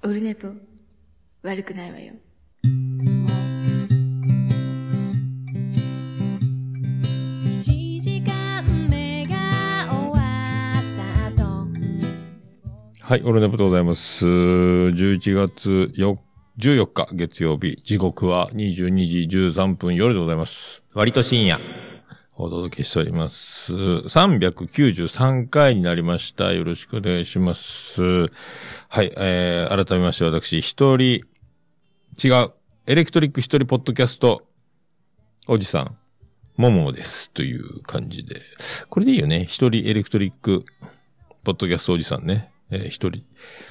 オルネポ悪くないわよ。1時間目が終わった後。 はい、オルネポでございます。11月14日月曜日、時刻は22時13分夜でございます。割と深夜お届けしております。393回になりました。よろしくお願いします。はい、改めまして私一人違うエレクトリック一人ポッドキャストおじさんももですという感じで、これでいいよね。一人エレクトリックポッドキャストおじさんね。一人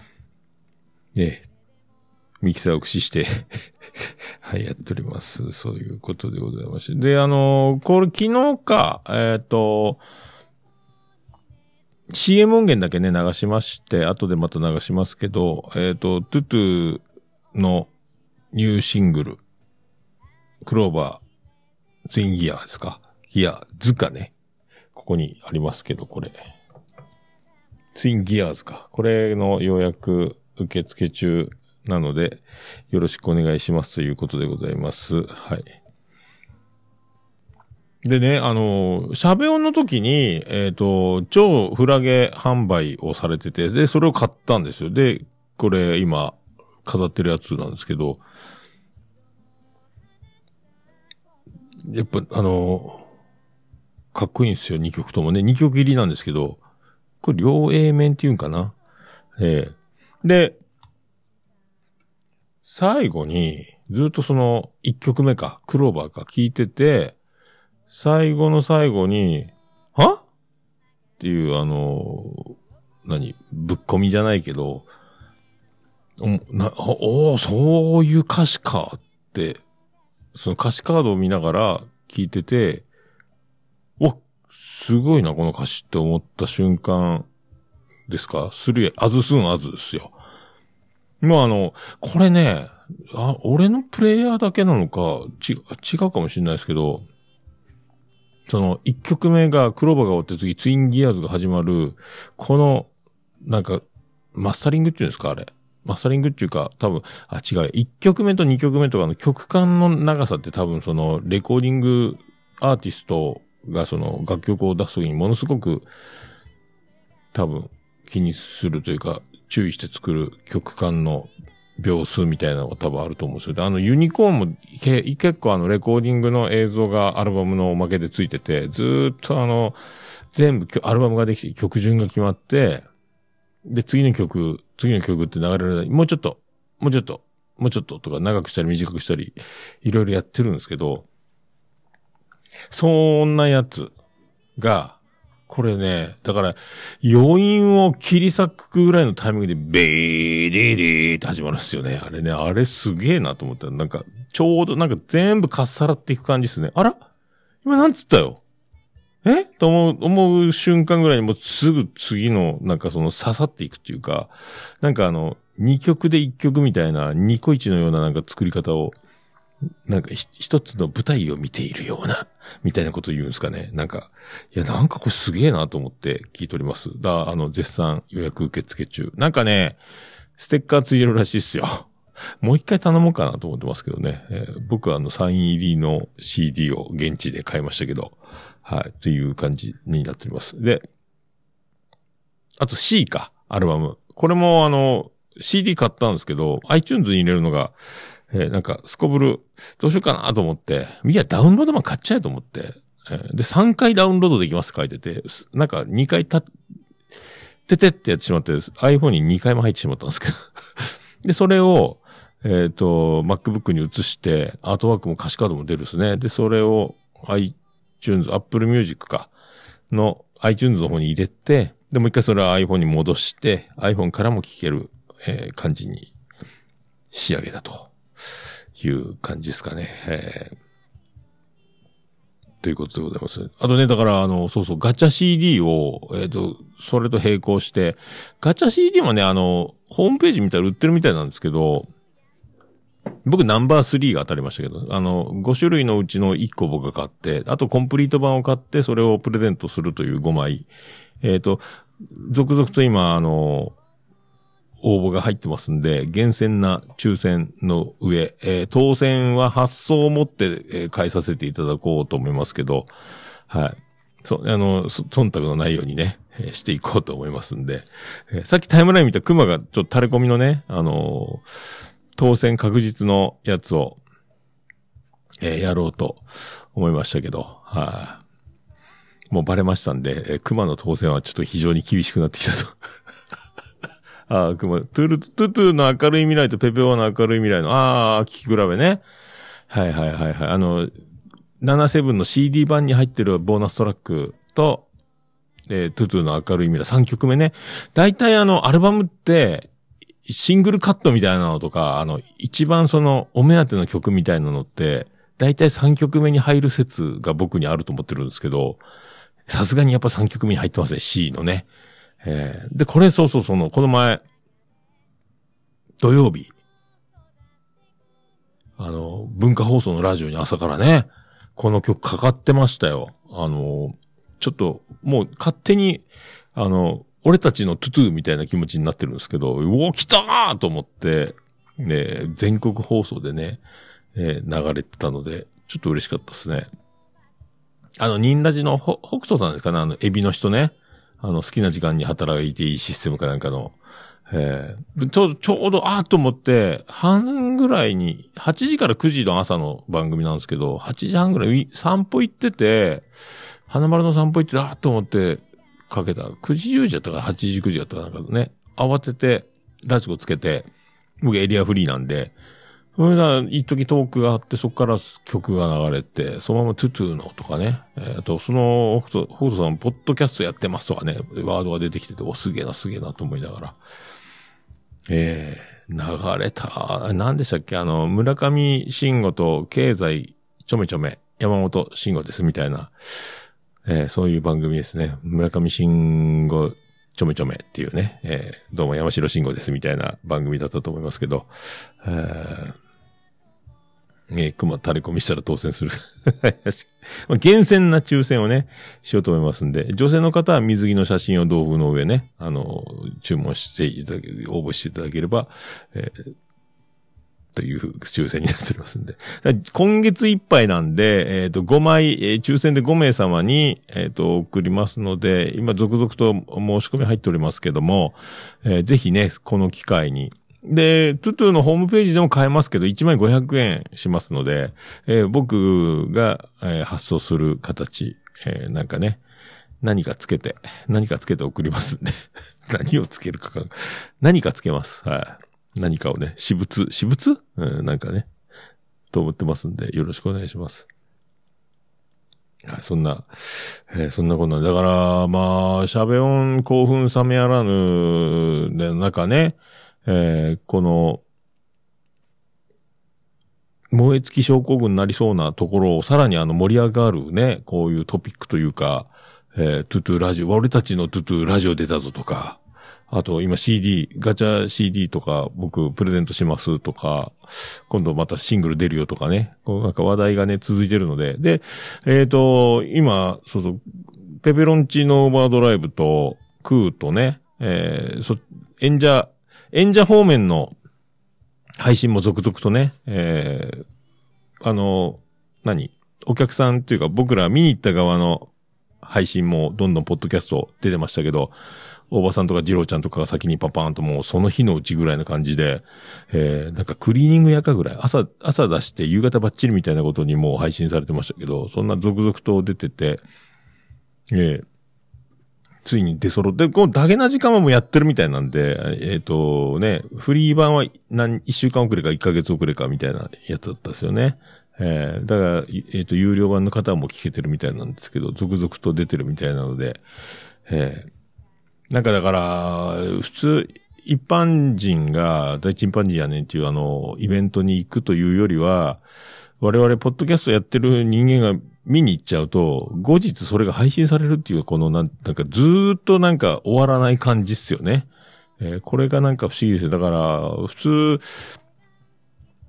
ミキサーを駆使してはい、やっております。そういうことでございまして。で、これ昨日か、CM 音源だけね、流しまして、後でまた流しますけど、トゥトゥのニューシングル、クローバー、ツインギアですか。ギア、ズかね。ここにありますけど、これ。ツインギアーズか。これのようやく受付中なので、よろしくお願いしますということでございます。はい。でね、シャベオンの時に、超フラゲ販売をされてて、で、それを買ったんですよ。で、これ今、飾ってるやつなんですけど、やっぱ、かっこいいんですよ、2曲ともね。2曲入りなんですけど、これ両 A 面っていうんかな。で、最後に、ずっとその1曲目か、クローバーか聞いてて、最後の最後に、はっていうぶっ込みじゃないけど、そういう歌詞かって、その歌詞カードを見ながら聞いてて、すごいな、この歌詞って思った瞬間ですか？as soon as ですよ。まあこれね、俺のプレイヤーだけなのか、違うかもしれないですけど、その1曲目がクローバーが終わって次ツインギアーズが始まる、この、なんか、マスタリングっていうんですかあれ。マスタリングっていうか、多分、違う。1曲目と2曲目とかの曲間の長さって多分その、レコーディングアーティストがその楽曲を出すときにものすごく、多分、気にするというか、注意して作る曲間の秒数みたいなのが多分あると思うんですよ。で、ユニコーンも結構レコーディングの映像がアルバムのおまけでついてて、ずーっと全部アルバムができて曲順が決まって、で、次の曲って流れる、もうちょっととか長くしたり短くしたり、いろいろやってるんですけど、そんなやつが、これね、だから、余韻を切り裂くぐらいのタイミングで、ベーレーレーって始まるんですよね。あれね、あれすげえなと思ったら、なんか、ちょうどなんか全部かっさらっていく感じですね。あら？今なんつったよ？と思う瞬間ぐらいにもうすぐ次の、なんかその刺さっていくっていうか、なんか2曲で1曲みたいな、ニコイチのようななんか作り方を、なんか一つの舞台を見ているような、みたいなことを言うんですかね。なんか、いやなんかこれすげえなと思って聞いております。絶賛予約受付中。なんかね、ステッカーついてるらしいっすよ。もう一回頼もうかなと思ってますけどね。僕はサイン入りの CD を現地で買いましたけど、はい、という感じになっております。で、あと C か、アルバム。これもCD 買ったんですけど、iTunes に入れるのが、なんか、すこぶる、どうしようかなと思って、いや、ダウンロード版買っちゃえと思って、で、3回ダウンロードできますって書いてて、なんか2回ってやってしまって、iPhone に2回も入ってしまったんですけど。で、それを、MacBook に移して、アートワークも歌詞カードも出るですね。で、それを Apple Music の iTunes の方に入れて、で、もう一回それは iPhone に戻して、iPhone からも聴ける、感じに仕上げたと。いう感じですかね。ということでございます。あとね、だから、ガチャ CD を、それと並行して、ガチャ CD もね、ホームページ見たら売ってるみたいなんですけど、僕ナンバー3が当たりましたけど、5種類のうちの1個僕が買って、あとコンプリート版を買って、それをプレゼントするという5枚。続々と今、 応募が入ってますんで、厳選な抽選の上、当選は発送をもって、返させていただこうと思いますけど、はい。忖度のないようにね、していこうと思いますんで、さっきタイムライン見たクマがちょっと垂れ込みのね、当選確実のやつを、やろうと思いましたけど、はい。もうバレましたんで、クマの当選はちょっと非常に厳しくなってきたと。クマ、トゥトゥの明るい未来とペペオの明るい未来の、聞き比べね。はい。77の CD 版に入ってるボーナストラックと、トゥトゥの明るい未来3曲目ね。大体アルバムって、シングルカットみたいなのとか、一番お目当ての曲みたいなのって、大体3曲目に入る説が僕にあると思ってるんですけど、さすがにやっぱ3曲目に入ってますね、C のね。で、これこの前、土曜日、文化放送のラジオに朝からね、この曲かかってましたよ。ちょっと、もう勝手に、俺たちのトゥトゥみたいな気持ちになってるんですけど、来たーと思って、ね、全国放送でね、流れてたので、ちょっと嬉しかったですね。ニンラジの北斗さんですかね、エビの人ね。好きな時間に働いていいシステムかなんかの。ちょうど、と思って、半ぐらいに、8時から9時の朝の番組なんですけど、8時半ぐらい散歩行ってて、花丸の散歩行って、と思って、かけた。9時10時だったから8時9時だったかなんかね。慌てて、ラジコつけて、僕エリアフリーなんで、それが、一時トークがあって、そこから曲が流れて、そのままトゥトゥのとかね。北斗さん、ポッドキャストやってますとかね、ワードが出てきてて、すげえなと思いながら。流れた。何でしたっけ村上信五と経済ちょめちょめ、山本信五ですみたいな、そういう番組ですね。村上信五ちょめちょめっていうね、どうも山城信五ですみたいな番組だったと思いますけど、熊垂れ込みしたら当選する。厳選な抽選をね、しようと思いますんで、女性の方は水着の写真を道具の上ね、注文していただけ、応募していただければ、という抽選になっておりますんで。今月いっぱいなんで、5枚、抽選で5名様に、送りますので、今続々と申し込み入っておりますけども、ぜひね、この機会に、で、トゥトゥのホームページでも買えますけど、1枚500円しますので、僕が、発送する形、なんかね、何かつけて送りますんで。何をつけるか何かつけます。はい。何かをね、私物、なんかね、と思ってますんで、よろしくお願いします。はい、そんなことなんで、だから、まあ、しゃべ音興奮冷めやらぬ、で、中ね、この、燃え尽き症候群になりそうなところをさらに盛り上がるね、こういうトピックというか、トゥトゥラジオ、俺たちのトゥトゥラジオ出たぞとか、あと今 CD、ガチャ CD とか僕プレゼントしますとか、今度またシングル出るよとかね、こうなんか話題がね、続いてるので、で、今、ペペロンチーノオーバードライブと、クーとね、演者方面の配信も続々とね、お客さんというか僕ら見に行った側の配信もどんどんポッドキャスト出てましたけど、大場さんとかジローちゃんとかが先にパパーンともうその日のうちぐらいな感じで、なんかクリーニング屋かぐらい、朝出して夕方バッチリみたいなことにもう配信されてましたけど、そんな続々と出てて、ついに出揃って、このダゲな時間はもうやってるみたいなんで、フリー版は1週間遅れか1ヶ月遅れかみたいなやつだったですよね。だから、有料版の方はもう聞けてるみたいなんですけど、続々と出てるみたいなので、なんかだから、普通、一般人が大チンパンジーやねんっていうイベントに行くというよりは、我々ポッドキャストやってる人間が見に行っちゃうと、後日それが配信されるっていう、このなんかずーっとなんか終わらない感じっすよね。これがなんか不思議ですよ。だから、普通、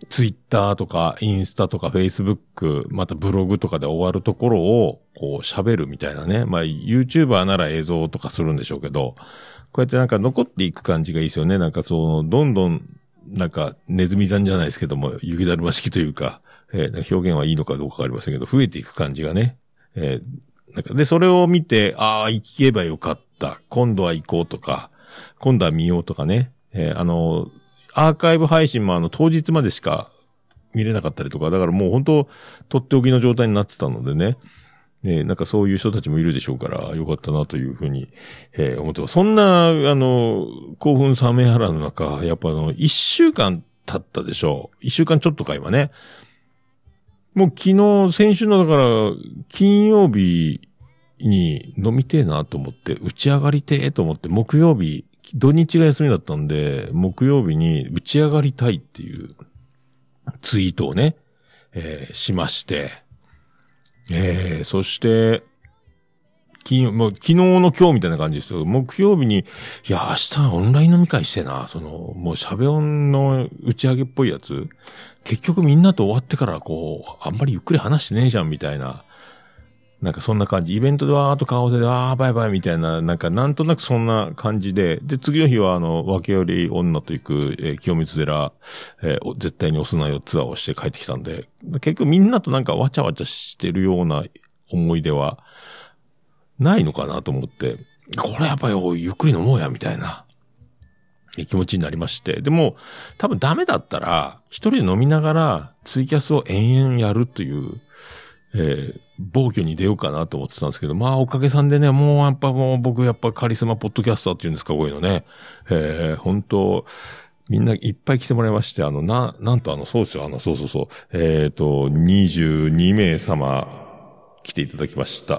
ツイッターとか、インスタとか、フェイスブック、またブログとかで終わるところを、こう喋るみたいなね。まあ、YouTuber なら映像とかするんでしょうけど、こうやってなんか残っていく感じがいいですよね。なんかどんどん、なんか、ネズミ山じゃないですけども、雪だるま式というか、表現はいいのかどうかわかりませんけど、増えていく感じがね。なんかで、それを見て、行けばよかった。今度は行こうとか、今度は見ようとかね。アーカイブ配信も当日までしか見れなかったりとか、だからもう本当、とっておきの状態になってたのでね。なんかそういう人たちもいるでしょうから、よかったなというふうに、思ってます。そんな、興奮冷めやらぬ中、やっぱ一週間経ったでしょう。一週間ちょっとか今ね。もう昨日、先週のだから、金曜日に飲みてえなと思って、打ち上がりてえと思って、木曜日、土日が休みだったんで、木曜日に打ち上がりたいっていうツイートをね、しまして、そして、もう昨日の今日みたいな感じですよ。木曜日に、いや、明日オンライン飲み会してな、もう喋音の打ち上げっぽいやつ、結局みんなと終わってからあんまりゆっくり話してねえじゃんみたいな、なんかそんな感じ。イベントでわーっと顔合わせで、バイバイみたいな、なんとなくそんな感じで、で、次の日は訳あり女と行く、清水寺、絶対に押すなよツアーをして帰ってきたんで、結局みんなとなんかわちゃわちゃしてるような思い出は、ないのかなと思って、これやっぱりゆっくり飲もうや、みたいな気持ちになりまして。でも、多分ダメだったら、一人で飲みながらツイキャスを延々やるという、暴挙に出ようかなと思ってたんですけど、まあおかげさんでね、もう僕やっぱカリスマポッドキャスターっていうんですか、こういうのね。本当みんないっぱい来てもらいまして、なんとそうですよ、そう。22名様来ていただきました。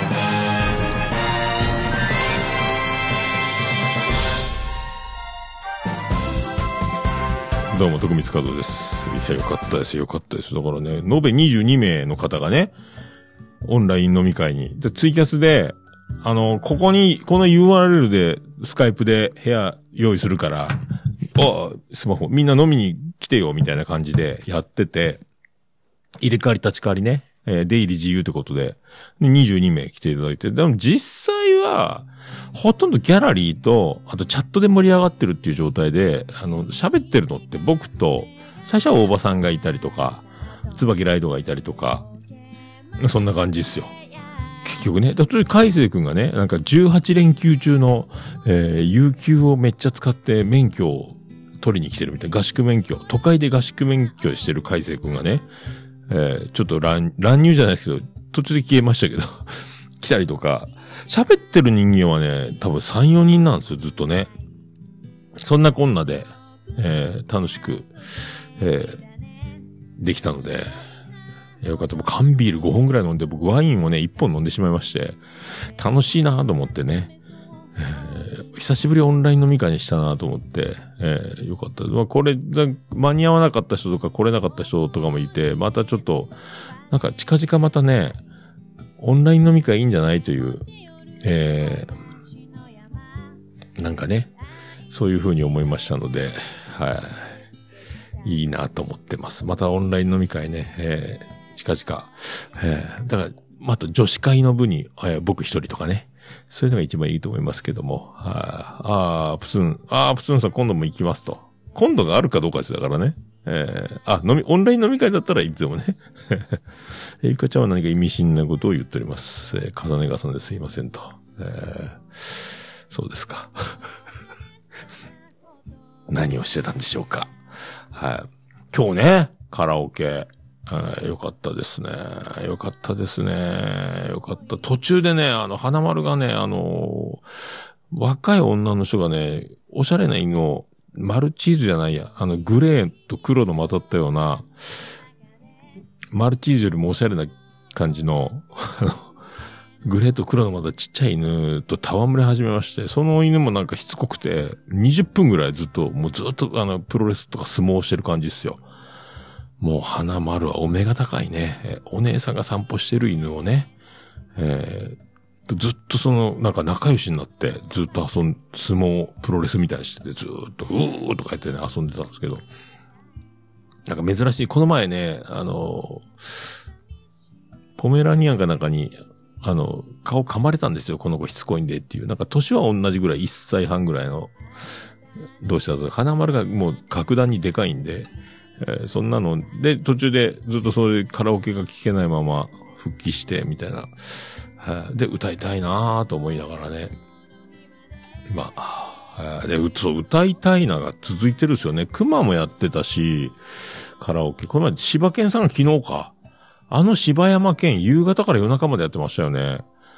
どうも、徳光和夫です。いや、よかったです。だからね、延べ22名の方がね、オンライン飲み会に。で、ツイキャスで、この URL で、スカイプで部屋用意するから、スマホ、みんな飲みに来てよ、みたいな感じでやってて、入れ替わり立ち替わりね、出入り自由ってことで、22名来ていただいて、でも実際は、ほとんどギャラリーと、あとチャットで盛り上がってるっていう状態で、喋ってるのって僕と、最初は大場さんがいたりとか、椿ライドがいたりとか、そんな感じですよ。結局ね。だから海星くんがね、なんか18連休中の、有給をめっちゃ使って免許を取りに来てるみたいな。合宿免許。都会で合宿免許してる海星くんがね、ちょっと乱入じゃないですけど、途中で消えましたけど、来たりとか、喋ってる人間はね、多分3、4人なんですよ、ずっとね。そんなこんなで、楽しく、できたので、よかった。缶ビール5本ぐらい飲んで、僕ワインをね、1本飲んでしまいまして、楽しいなと思ってね、久しぶりオンライン飲み会にしたなと思って、よかった。まあ、これが間に合わなかった人とか来れなかった人とかもいて、またちょっと、なんか近々またね、オンライン飲み会いいんじゃないという、なんかね、そういう風に思いましたので、はい。いいなと思ってます。またオンライン飲み会ね、近々。だから、また女子会の部に、僕一人とかね。そういうのが一番いいと思いますけども。プスンさん今度も行きますと。今度があるかどうかですだからね。オンライン飲み会だったらいつでもね。ゆかちゃんは何か意味深なことを言っております。重ね重ねですいませんと。そうですか。何をしてたんでしょうか。はい。今日ね、カラオケ。よかったですね。よかった。途中でね、花丸がね、若い女の人がね、おしゃれな犬を、マルチーズじゃないや、グレーと黒の混ざったような、マルチーズよりもおしゃれな感じの、グレーと黒のまだちっちゃい犬と戯れ始めまして、その犬もなんかしつこくて、20分ぐらいずっとプロレスとか相撲をしてる感じですよ。もう花丸はお目が高いね。お姉さんが散歩してる犬をね、ずっとなんか仲良しになって、ずっと相撲、プロレスみたいにしてて、ずっと、とか言ってね、遊んでたんですけど。 なんか珍しい。この前ね、ポメラニアンかなんかに、顔噛まれたんですよ。この子しつこいんでっていう。なんか年は同じぐらい、1歳半ぐらいの同士だと。花丸がもう格段にでかいんで、そんなので、途中でずっとそういうカラオケが聴けないまま復帰して、みたいな。で、歌いたいなぁと思いながらね。まあ、で、そう歌いたいなが続いてるんですよね。熊もやってたし、カラオケ。この前、柴犬さんが昨日か。柴山県夕方から夜中までやってましたよね。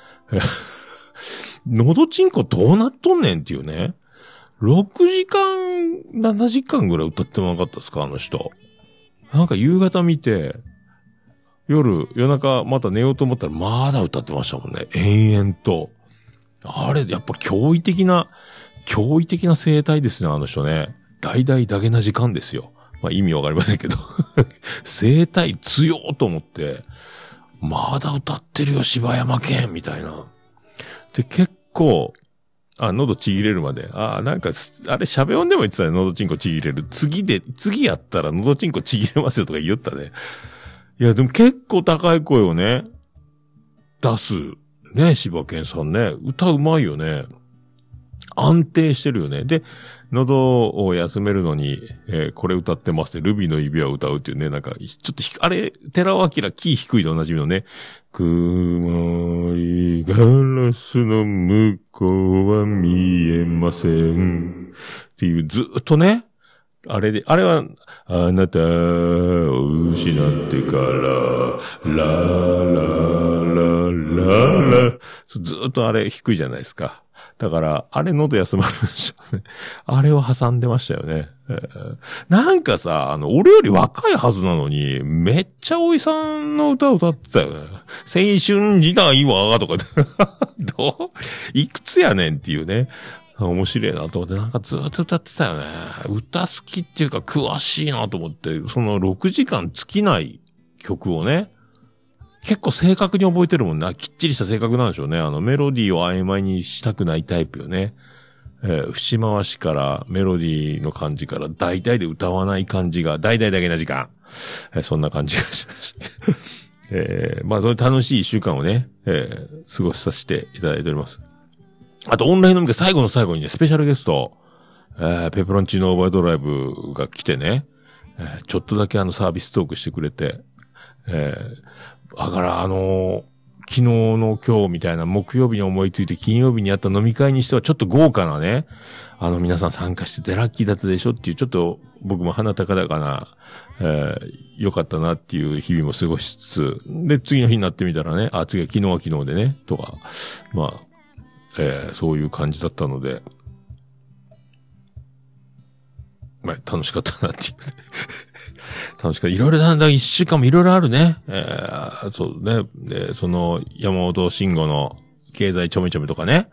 のどちんこどうなっとんねんっていうね。6時間、7時間ぐらい歌ってもなかったですか、あの人。なんか夕方見て、夜中また寝ようと思ったらまだ歌ってましたもんね。延々と。あれ、やっぱり驚異的な生態ですね、あの人ね。大々だけな時間ですよ。まあ意味わかりませんけど。生態強ーと思って、まだ歌ってるよ、柴山県みたいな。で、結構、喉ちぎれるまで。なんか、あれ、喋音でも言ってたね、喉ちんこちぎれる。次やったら喉ちんこちぎれますよとか言ったね。いや、でも結構高い声をね、出す。ね、柴犬さんね。歌うまいよね。安定してるよね。で、喉を休めるのに、これ歌ってますね。ルビーの指輪を歌うっていうね、なんか、ちょっとあれ、寺尾明キー低いでおなじみのね、曇りガラスの向こうは見えません。っていう、ずっとね、あれは、あなたを失ってから、ラララララ、ずっとあれ低いじゃないですか。だから、あれ喉休まるんですよね。あれを挟んでましたよね。なんかさ、俺より若いはずなのに、めっちゃおいさんの歌を歌ってたよね。青春時代は、とかいくつやねんっていうね。面白いなと思って、なんかずっと歌ってたよね。歌好きっていうか詳しいなと思って、その6時間尽きない曲をね、結構正確に覚えてるもんな。きっちりした性格なんでしょうね。メロディーを曖昧にしたくないタイプよね。節回しからメロディーの感じから大体で歌わない感じが、大々だけな時間。そんな感じがしました。まあそれ楽しい一週間をね、過ごさせていただいております。あとオンライン飲み会最後の最後にね、スペシャルゲスト、ペペロンチーノオーバードライブが来てね、ちょっとだけサービストークしてくれて、だから昨日の今日みたいな木曜日に思いついて金曜日にやった飲み会にしてはちょっと豪華なね、皆さん参加しててラッキーだったでしょっていう、ちょっと僕も鼻高々な、良かったなっていう日々も過ごしつつ、で、次の日になってみたらね、次は昨日は昨日でね、とか、まあ、そういう感じだったので、まあ、楽しかったなっていう。楽しかった。いろいろなんだ、一週間もいろいろあるね。そうね。で、山本慎吾の経済ちょめちょめとかね。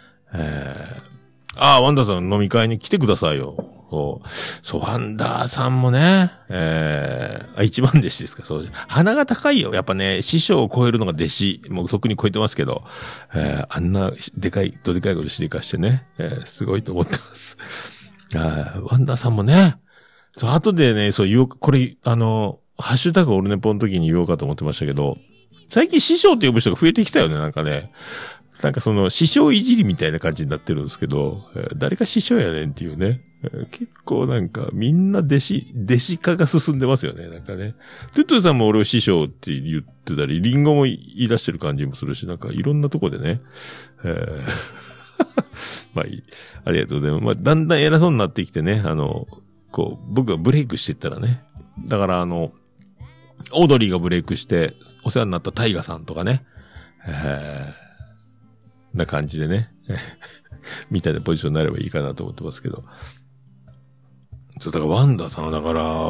ワンダーさん飲み会に来てくださいよ。そう、ワンダーさんもね、一番弟子ですか、そう。鼻が高いよ。やっぱね、師匠を超えるのが弟子。もう特に超えてますけど、あんなでかいことしでかしてね、すごいと思ってます。ワンダーさんもね、そう、後でね、そう言おう、これ、ハッシュタグオルネポの時に言おうかと思ってましたけど、最近師匠って呼ぶ人が増えてきたよね、なんかね。なんか師匠いじりみたいな感じになってるんですけど、誰が師匠やねんっていうね。結構なんかみんな弟子化が進んでますよね、なんかね。トゥットゥさんも俺を師匠って言ってたり、リンゴも言い出してる感じもするし、なんかいろんなとこでね。まあいい。ありがとうございます。まあだんだん偉そうになってきてね、僕がブレイクしていったらね。だからオードリーがブレイクして、お世話になったタイガさんとかね。な感じでね。みたいなポジションになればいいかなと思ってますけど。そう、だからワンダさんはだから、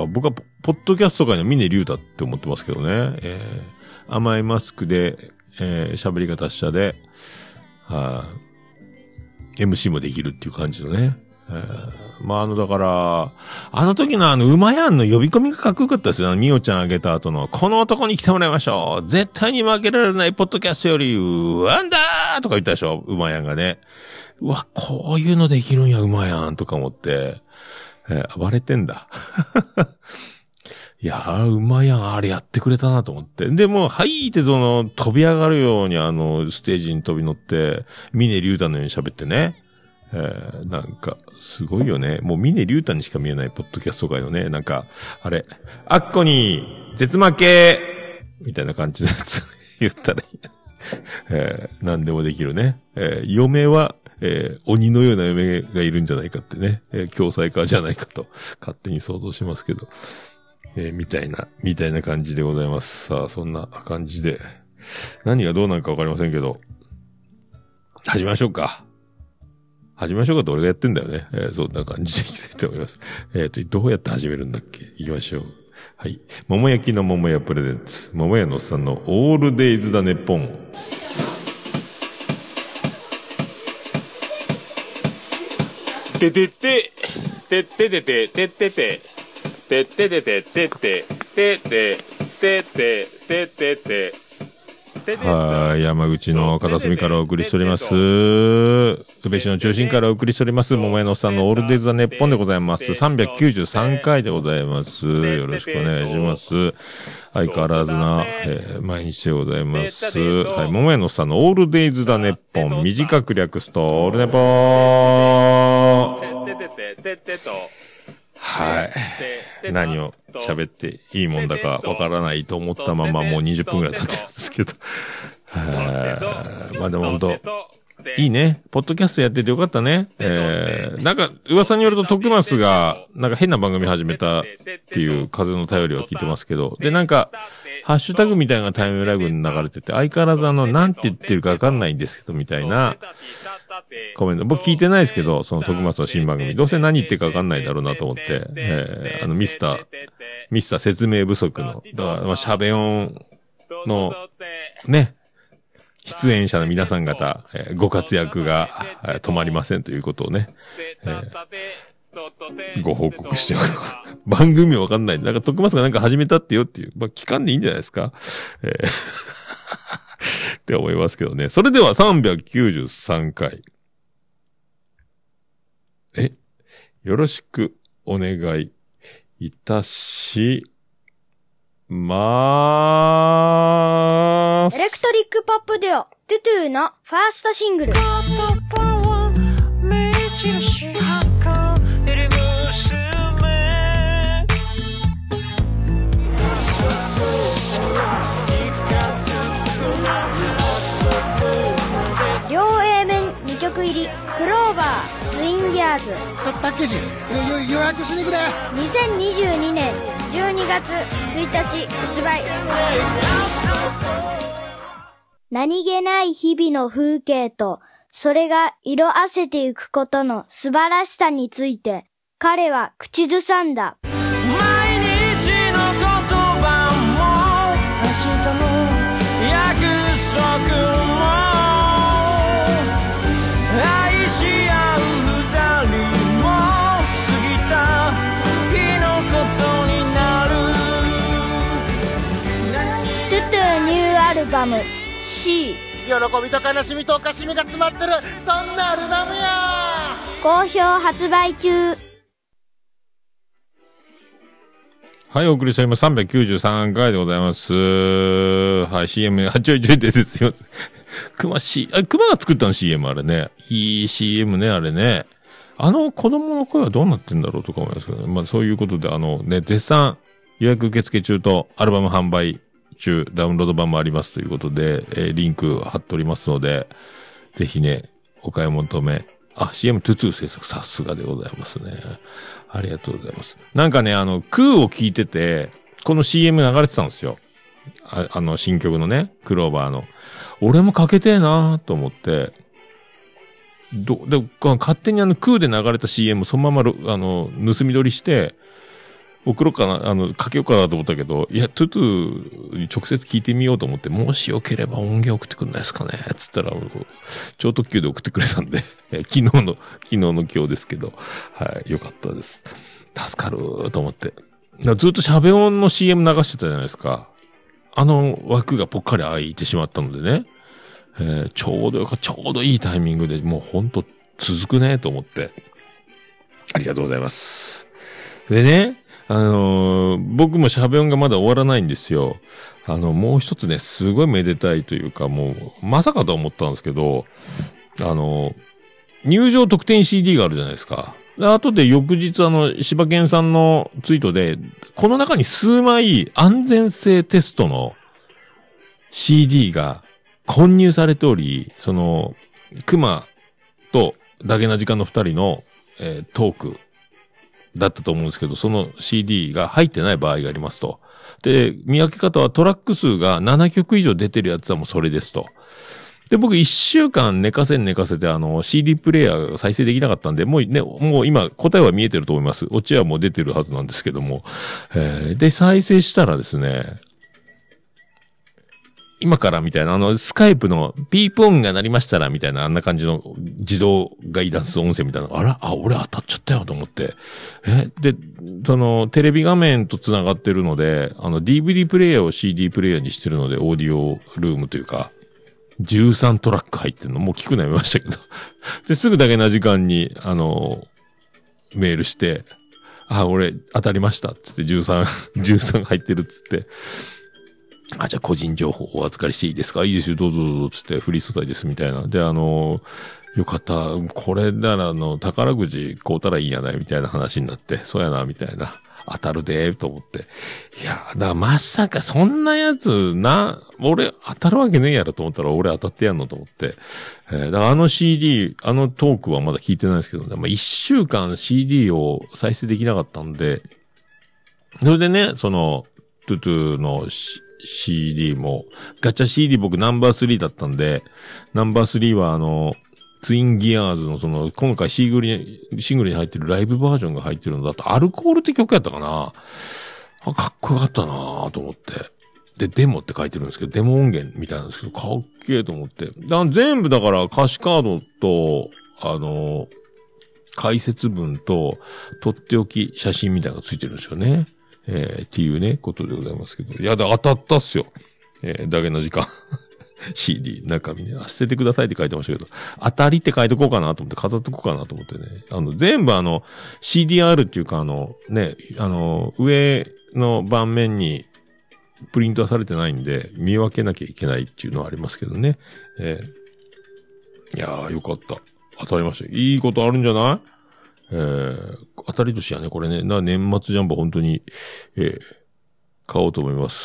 僕はポッドキャスト界の峰竜太って思ってますけどね。甘いマスクで、喋り方下で、MC もできるっていう感じのね。まあだから、あの時の馬やんの呼び込みがかっこよかったですよ。みおちゃんあげた後の、この男に来てもらいましょう。絶対に負けられないポッドキャストより、ワンダーとか言ったでしょ。馬やんがね。うわ、こういうのできるんや、馬やんとか思って、暴れてんだ。 いやー、うまいやん、あれやってくれたなと思って。で、もう、はいって飛び上がるようにステージに飛び乗って、峰竜太のように喋ってね。なんか、すごいよね。もう峰竜太にしか見えないポッドキャスト界のね、なんか、あれ、アッコに、絶負けみたいな感じのやつ言ったらいい。何でもできるね。嫁は、鬼のような嫁がいるんじゃないかってね。共済化じゃないかと、勝手に想像しますけど。みたいな感じでございます。さあ、そんな感じで。何がどうなるかわかりませんけど。始めましょうか。始めましょうかって俺がやってんだよね。そんな感じでいきたいと思います。どうやって始めるんだっけ？行きましょう。はい。桃焼きの桃屋プレゼンツ。桃屋のおっさんのオールデイズだネッポン。ててて、てててて、ててて、てててて、てて、てて、てて、ててて、はい、山口の片隅からお送りしております。宇部市の中心からお送りしております。桃屋のおっさんのオールデイズ・ザ・ネッポンでございます。393回でございます。よろしくお願いします。相変わらずな、毎日でございます。はい、桃屋のおっさんのオールデイズ・ザ・ネッポン、短く略すと、オールネポー。はい。何を喋っていいもんだかわからないと思ったままもう20分くらい経ってるんですけど。まあでも本当いいね。ポッドキャストやっててよかったね。なんか噂によると徳松がなんか変な番組始めたっていう風の便りを聞いてますけど。でなんかハッシュタグみたいなタイムラグに流れてて相変わらずなんて言ってるかわかんないんですけどみたいなコメント。僕聞いてないですけど、その徳松の新番組。どうせ何言ってるかわかんないだろうなと思って、ミスター説明不足の、だから、シャベオンの、ね、出演者の皆さん方、ご活躍が、止まりませんということをね、ご報告しておく。番組わかんない。なんか徳松がなんか始めたってよっていう、まあ、期間でいいんじゃないですか。って思いますけどね。それでは393回。よろしくお願いいたしまーす。 エレクトリックポップデュオ、トゥトゥのファーストシングル。両 A 面2曲入り、クローバー、ツインギアーズ。 たけし、予約しに行くで。 2022年12月1日発売。何気ない日々の風景と、それが色あせていくことの素晴らしさについて、彼は口ずさんだ。 毎日の言葉も明日の約束も愛し合う二人も過ぎた日のことになる。 トゥトゥニューアルバム C。 喜びと悲しみとおかしみが詰まってる、そんなアルバムや。 好評発売中。 はい、お送りしております。393回でございます。はい、CM、ちょいですよ。熊が作ったの CM あれね。いい CM ね、あれね。子供の声はどうなってんだろうとか思いますけどね。まあそういうことでね、絶賛予約受付中とアルバム販売中、ダウンロード版もありますということで、リンク貼っておりますので、ぜひね、お買い求め。CM トゥトゥ制作さすがでございますね。ありがとうございます。なんかね、クーを聞いてて、この CM 流れてたんですよ。新曲のね、クローバーの。俺もかけてえなと思って、勝手にクーで流れた CM そのまま盗み撮りして、送ろうかな、かけようかなと思ったけど、いや、トゥトゥに直接聞いてみようと思って、もしよければ音源送ってくんないですかねつったら、超特急で送ってくれたんで、昨日の今日ですけど、はい、よかったです。助かると思って。ずっとシャベオンの CM 流してたじゃないですか。枠がぽっかり開いてしまったのでね、ちょうどいいタイミングで、もうほんと続くねと思って。ありがとうございます。でね、 僕もシャベオンがまだ終わらないんですよ。もう一つね、すごいめでたいというか、もう、まさかとは思ったんですけど、入場特典 CD があるじゃないですか。後で翌日柴犬さんのツイートで、この中に数枚安全性テストの CD が混入されており、熊とダゲな時間の二人の、トークだったと思うんですけど、その CD が入ってない場合がありますと。で、見分け方はトラック数が7曲以上出てるやつはもうそれですと。で、僕1週間寝かせてCD プレイヤーが再生できなかったんで、もう今答えは見えてると思います。オチはもう出てるはずなんですけども。で、再生したらですね、今からみたいな、スカイプのピープ音が鳴りましたらみたいな、あんな感じの自動ガイダンス音声みたいな、俺当たっちゃったよと思って。で、テレビ画面と繋がってるので、DVD プレイヤーを CD プレイヤーにしてるので、オーディオルームというか、13トラック入ってるの、もう聞くのやめましたけど。で、すぐだけな時間に、メールして、俺当たりましたっつって13入ってるっつって、じゃあ個人情報お預かりしていいですか？いいですよ、どうぞどうぞ、つって、フリー素材ですみたいな。で、よかった、これなら宝くじ買うたらいいんやないみたいな話になって、そうやな、みたいな。当たるでと思って。いや、だからまさかそんなやつ俺当たるわけねえやろと思ったら俺当たってやんのと思って。だからCD、トークはまだ聞いてないんですけどね。1週間 CD を再生できなかったんで、それでね、トゥトゥのCD も、ガチャ CD 僕ナンバー3だったんで、ナンバー3はツインギアーズの今回シングルに入ってるライブバージョンが入ってるのだと、アルコールって曲やったかな？かっこよかったなぁと思って。で、デモって書いてるんですけど、デモ音源みたいなんですけど、かっけえと思って。全部だから歌詞カードと、解説文と、とっておき写真みたいなのがついてるんですよね。っていうね、ことでございますけど。いや、当たったっすよ。だけの時間。CD、中身ね。捨ててくださいって書いてましたけど、当たりって書いてこうかなと思って、飾ってこうかなと思ってね。全部CDR っていうか上の盤面にプリントはされてないんで、見分けなきゃいけないっていうのはありますけどね。いやー、よかった。当たりました。いいことあるんじゃない？当たり年やね、これね。年末ジャンボ本当に、買おうと思います。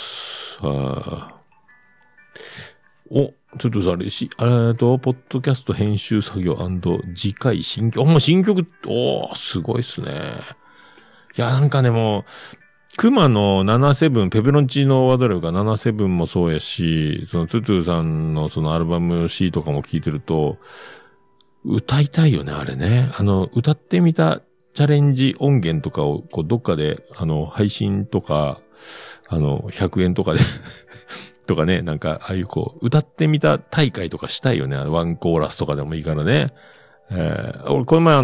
ちょっとさ、ポッドキャスト編集作業&次回新曲。新曲、すごいっすね。いや、なんかね、もう、熊の77、ペペロンチーノワドレブが77もそうやし、トゥトゥさんのアルバム C とかも聞いてると、歌いたいよね、あれね。歌ってみたチャレンジ音源とかを、どっかで、配信とか、100円とかで、とかね、なんか、ああいう歌ってみた大会とかしたいよね。ワンコーラスとかでもいいからね。俺、この前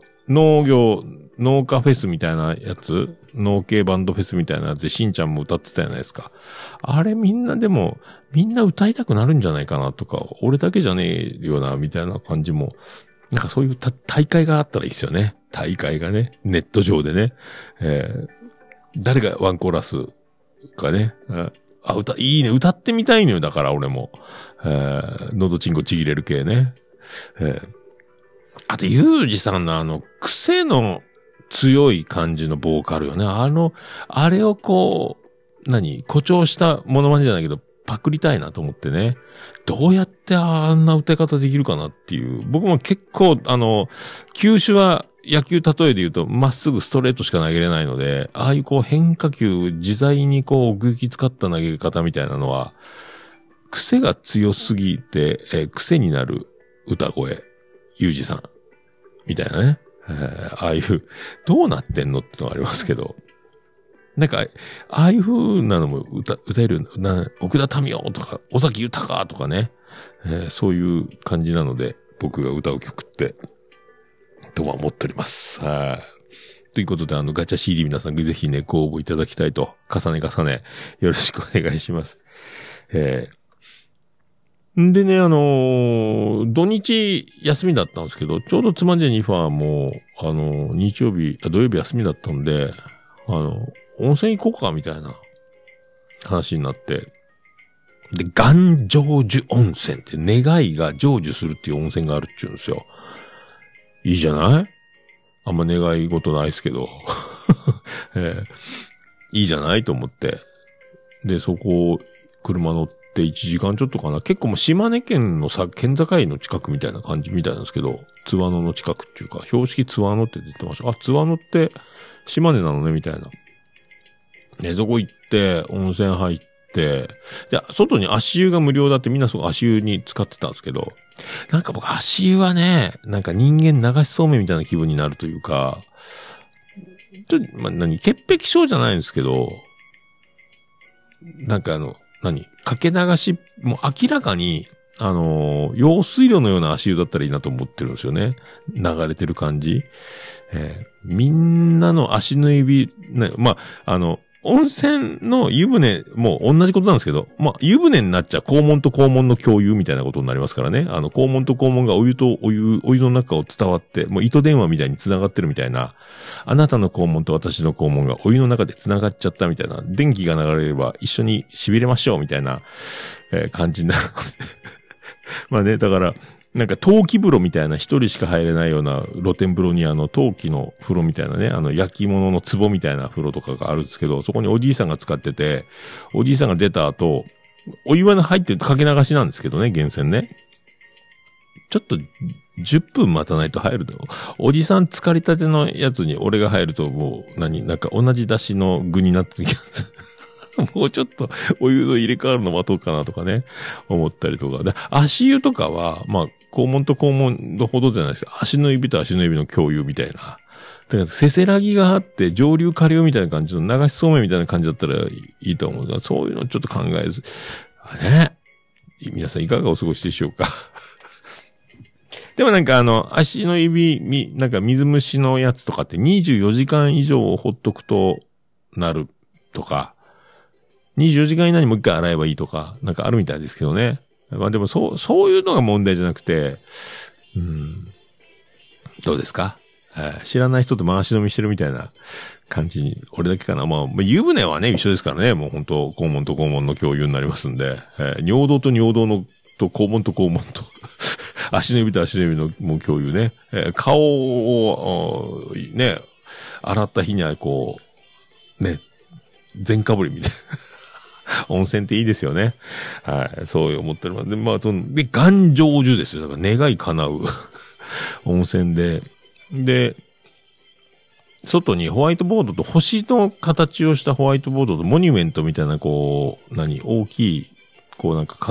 農家フェスみたいなやつ、農系バンドフェスみたいなやつで、しんちゃんも歌ってたじゃないですか。あれみんな歌いたくなるんじゃないかなとか、俺だけじゃねえよな、みたいな感じも、なんかそういう大会があったらいいですよね。大会がね、ネット上でね。誰がワンコーラスかね。いいね、歌ってみたいのよ、だから俺も。喉チンコちぎれる系ね。あと、ゆうじさんの癖の強い感じのボーカルよね。あれを誇張したモノマネじゃないけど、パクりたいなと思ってね。どうやってあんな歌い方できるかなっていう。僕も結構、球種は野球例えで言うと、まっすぐストレートしか投げれないので、ああいう変化球、自在に奥行き使った投げ方みたいなのは、癖が強すぎて、癖になる歌声、ゆうじさん。みたいなね。ああいう、どうなってんのってのはありますけど。なんか、ああいう風なのも歌える奥田民生とか、尾崎豊とかね。そういう感じなので、僕が歌う曲って、とは思っております。ということで、ガチャ CD 皆さんぜひね、ご応募いただきたいと、重ね、よろしくお願いします。でね、土日休みだったんですけど、ちょうど妻ジェニファーも、土曜日休みだったんで、 温泉行こうかみたいな話になって、で、願成就温泉って願いが成就するっていう温泉があるって言うんですよ。いいじゃない？あんま願い事ないですけど。いいじゃないと思って。で、そこ、車乗って1時間ちょっとかな。結構もう島根県の県境の近くみたいな感じみたいなんですけど、津和野の近くっていうか、標識津和野って出てました。あ、津和野って島根なのねみたいな。で、そこ行って、温泉入って、で、外に足湯が無料だってみんなそこ足湯に使ってたんですけど、なんか僕足湯はね、なんか人間流しそうめんみたいな気分になるというか、潔癖症じゃないんですけど、なんかかけ流し、もう明らかに、用水路のような足湯だったらいいなと思ってるんですよね。流れてる感じ。みんなの足の指、ね、まあ、温泉の湯船も同じことなんですけど、まあ、湯船になっちゃ肛門と肛門の共有みたいなことになりますからね。肛門と肛門がお湯の中を伝わって、もう糸電話みたいに繋がってるみたいな、あなたの肛門と私の肛門がお湯の中で繋がっちゃったみたいな、電気が流れれば一緒に痺れましょうみたいな、感じになる。まあね、だから、なんか陶器風呂みたいな一人しか入れないような露天風呂に陶器の風呂みたいなね、焼き物の壺みたいな風呂とかがあるんですけど、そこにおじいさんが使ってて、おじいさんが出た後、お湯は入ってかけ流しなんですけどね、源泉ね。ちょっと10分待たないと入るの。おじさん浸かりたてのやつに俺が入るともうなんか同じ出汁の具になってる気がする。もうちょっとお湯の入れ替わるの待とうかなとかね、思ったりとか。で、足湯とかは、まあ、肛門と肛門のほどじゃないですか。足の指と足の指の共有みたいな。だからせせらぎがあって、上流下流みたいな感じの流しそうめんみたいな感じだったらいいと思うが、そういうのちょっと考えず。ね。皆さんいかがお過ごしでしょうか。でもなんか足の指、なんか水虫のやつとかって24時間以上ほっとくとなるとか、24時間以内にもう一回洗えばいいとか、なんかあるみたいですけどね。まあでもそういうのが問題じゃなくて、どうですか？知らない人と回し飲みしてるみたいな感じに、俺だけかな。まあ、湯船はね、一緒ですからね。もう本当肛門と肛門の共有になりますんで、尿道と尿道の、と肛門と肛門と、足の指と足の指のもう共有ね。顔を、ね、洗った日にはこう、ね、全かぶりみたいな。温泉っていいですよね。はい。そう思ってるので、まあ、で、願成就ですよ。だから願い叶う温泉で。で、外にホワイトボードと星の形をしたホワイトボードとモニュメントみたいな、こう、大きい、こうなんか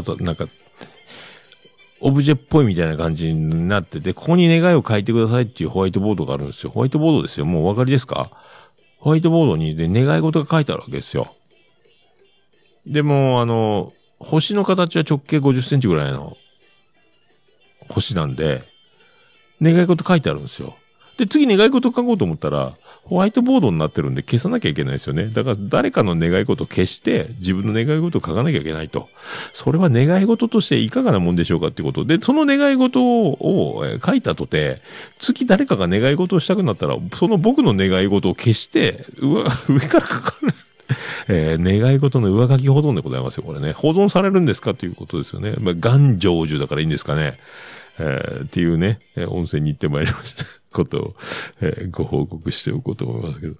オブジェっぽいみたいな感じになってて、ここに願いを書いてくださいっていうホワイトボードがあるんですよ。ホワイトボードですよ。もうお分かりですか？ホワイトボードにで願い事が書いてあるわけですよ。でも、星の形は直径50センチぐらいの星なんで、願い事書いてあるんですよ。で、次願い事書こうと思ったら、ホワイトボードになってるんで消さなきゃいけないですよね。だから誰かの願い事を消して、自分の願い事を書かなきゃいけないと。それは願い事としていかがなもんでしょうかっていうことで、その願い事を書いたとて、次誰かが願い事をしたくなったら、その僕の願い事を消して、上から書かない。願い事の上書き保存でございますよ、これね。保存されるんですかということですよね。まあ、願成就だからいいんですかね。っていうね、温泉に行ってまいりましたことを、ご報告しておこうと思いますけど。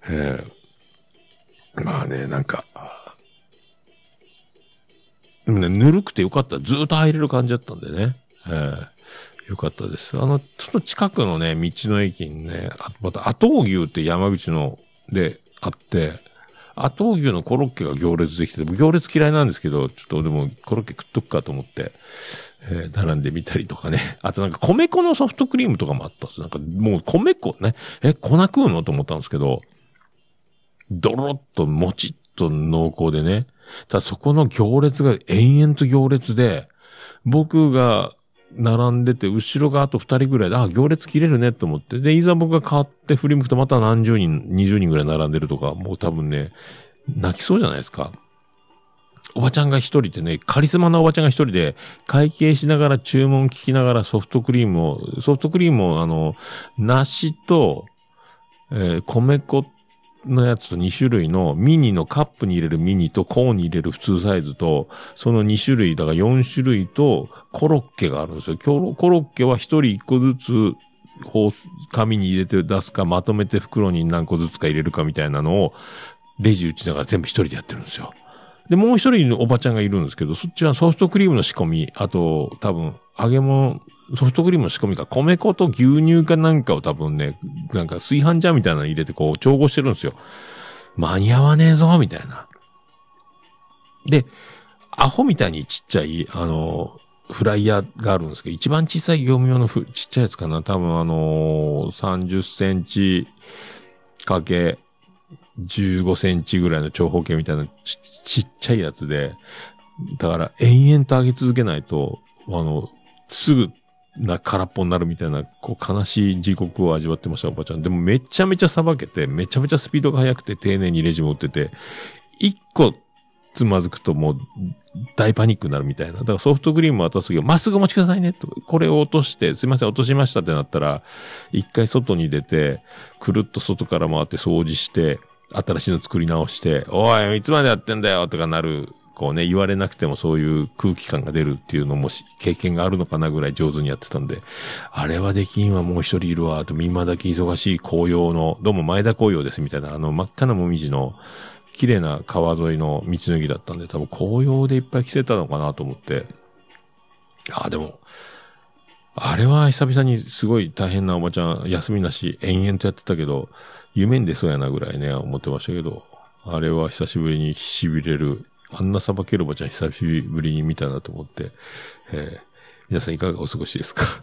まあね、なんか、でもね、ぬるくてよかった。ずーっと入れる感じだったんでね。よかったです。ちょっと近くのね、道の駅にね、また、後尾牛って山口のであって、後尾牛のコロッケが行列できてて、行列嫌いなんですけど、ちょっとでもコロッケ食っとくかと思って、並んでみたりとかね。あとなんか米粉のソフトクリームとかもあったんです。なんかもう米粉ね、粉食うのと思ったんですけど、ドロッともちっと濃厚でね。ただそこの行列が延々と行列で、僕が並んでて、後ろがあと2人ぐらいで、行列切れるねと思って。で、いざ僕が買って振り向くとまた何十人、20人ぐらい並んでるとか、もう多分ね、泣きそうじゃないですか。おばちゃんが一人でね、カリスマなおばちゃんが一人で、会計しながら注文聞きながらソフトクリームを梨と、米粉のやつと2種類のミニのカップに入れるミニとコーンに入れる普通サイズと、その2種類、だから4種類とコロッケがあるんですよ。コロッケは1人1個ずつ、紙に入れて出すか、まとめて袋に何個ずつか入れるかみたいなのを、レジ打ちながら全部一人でやってるんですよ。で、もう一人のおばちゃんがいるんですけど、そっちはソフトクリームの仕込み、あと、多分、揚げ物、ソフトクリームの仕込みか、米粉と牛乳かなんかを多分ね、なんか炊飯ジャーみたいなの入れてこう、調合してるんですよ。間に合わねえぞ、みたいな。で、アホみたいにちっちゃい、フライヤーがあるんですけど、一番小さい業務用のちっちゃいやつかな。多分30センチかけ15センチぐらいの長方形みたいなちっちゃいやつで、だから延々と揚げ続けないと、すぐ空っぽになるみたいな、こう悲しい地獄を味わってました、おばちゃん。でもめちゃめちゃさばけて、めちゃめちゃスピードが速くて丁寧にレジも打ってて、一個つまずくともう大パニックになるみたいな。だからソフトクリーム渡すときは、まっすぐお持ちくださいねと。これを落として、すいません、落としましたってなったら、一回外に出て、くるっと外から回って掃除して、新しいの作り直して、おい、いつまでやってんだよとかなる、こうね、言われなくてもそういう空気感が出るっていうのも経験があるのかなぐらい上手にやってたんで、あれはできんわ、もう一人いるわ、と、今だけ忙しい紅葉の、どうも前田紅葉ですみたいな、真っ赤なもみじの、綺麗な川沿いの道の駅だったんで、多分紅葉でいっぱい来てたのかなと思って。でも、あれは久々にすごい大変なおばちゃん、休みなし、延々とやってたけど、夢に出そうやなぐらいね、思ってましたけど、あれは久しぶりに痺れる、あんなさばけるおばちゃん久しぶりに見たなと思って、皆さんいかがお過ごしですか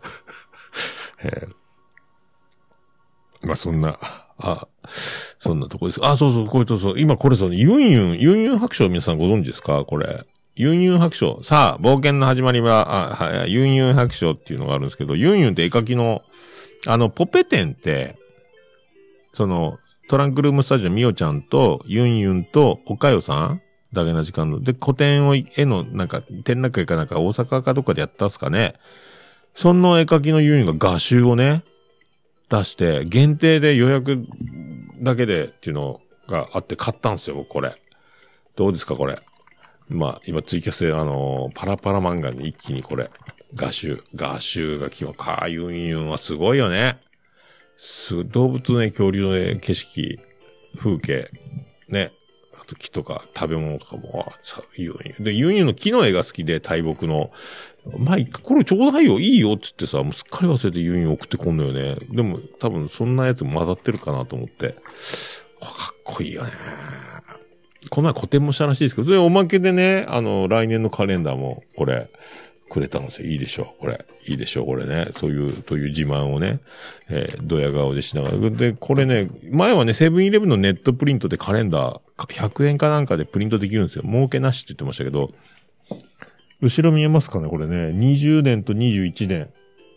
まあそんなとこです。そうそう、これとそう、今これユンユン白書皆さんご存知ですかこれ。ユンユン白書。さあ、冒険の始まりは、ユンユン白書っていうのがあるんですけど、ユンユンって絵描きの、ポペテンって、トランクルームスタジオみおちゃんと、ユンユンと、おかよさんだけな時間の、で、古典を、絵の、なんか、展覧会かなんか、大阪かどっかでやったんすかね。その絵描きのユンユンが画集をね、出して、限定で予約だけでっていうのがあって買ったんですよ、僕これ。どうですか、これ。まあ、今ツイキャスでパラパラ漫画に一気にこれ、画集が来まユンユンはすごいよね。動物の絵、恐竜の絵、景色、風景、ね。あと木とか食べ物とかも、ユンユン。で、ユンユンの木の絵が好きで、大木の。まあ、これちょうだいよ、いいよって言ってさ、もうすっかり忘れてユンユン送ってこんのよね。でも、多分そんなやつも混ざってるかなと思って。かっこいいよね。この前個展もしたらしいですけど、それおまけでね、来年のカレンダーも、これ、くれたんですよ。いいでしょ、これ。いいでしょ、これね。という自慢をね、ドヤ顔でしながら。で、これね、前はね、セブンイレブンのネットプリントでカレンダー、100円かなんかでプリントできるんですよ。儲けなしって言ってましたけど、後ろ見えますかね、これね。20年と21年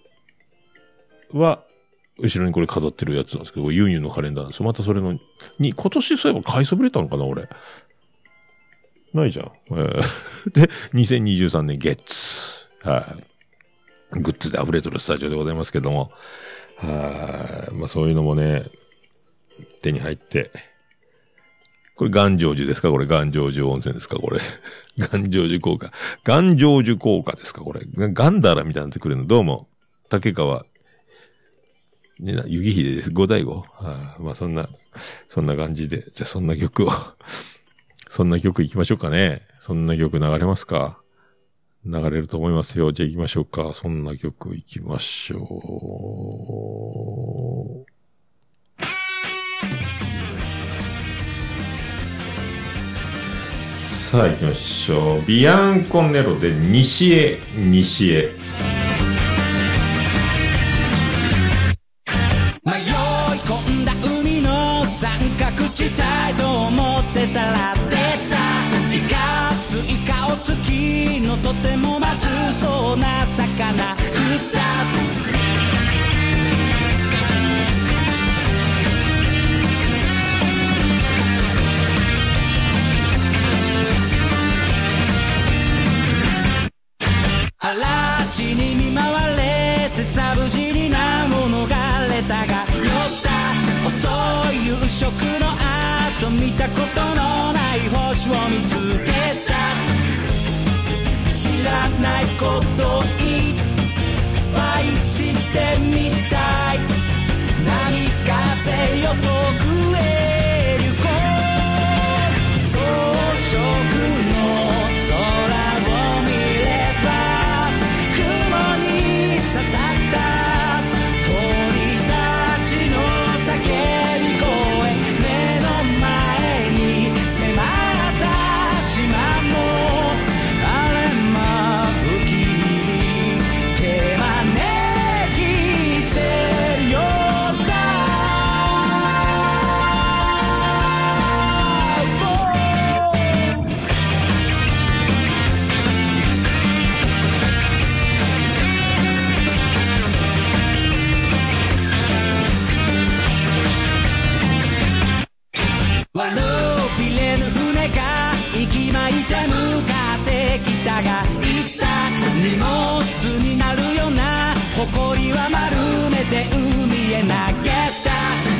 は、後ろにこれ飾ってるやつなんですけど、ユンユンのカレンダーなんですよ。またそれの、今年そういえば買いそびれたのかな、俺。ないじゃん。で、2023年月。はい。グッズで溢れとるスタジオでございますけども。はい。まあそういうのもね、手に入って。これ、岩成寺ですかこれ、岩成寺温泉ですかこれ。岩成寺効果。岩成寺効果ですかこれ。ガンダラみたいになってくれるの。どうも。竹川。ね、雪秀です。五代五。まあそんな感じで。じゃあそんな曲を。そんな曲行きましょうかね。そんな曲流れますか流れると思いますよ。じゃあ行きましょうか。そんな曲行きましょう。さあ行きましょう。ビアンコネロで西へ。迷い込んだ海の三角地帯と思ってたら出たいかつい顔つきのとてもまずそうな魚食った嵐に見舞われてサブジリなものがレタが酔った遅い夕食のこといっぱいしてみたい波風よ遠くへ行こう装飾の空を見れば雲に刺さった鳥たちの叫び声目の前に迫った島もあれま不気味に手招きしてるようだ笑うびれぬ船が息巻いて向かってきたが言った荷物になるよな誇りは丸めて海へ投げた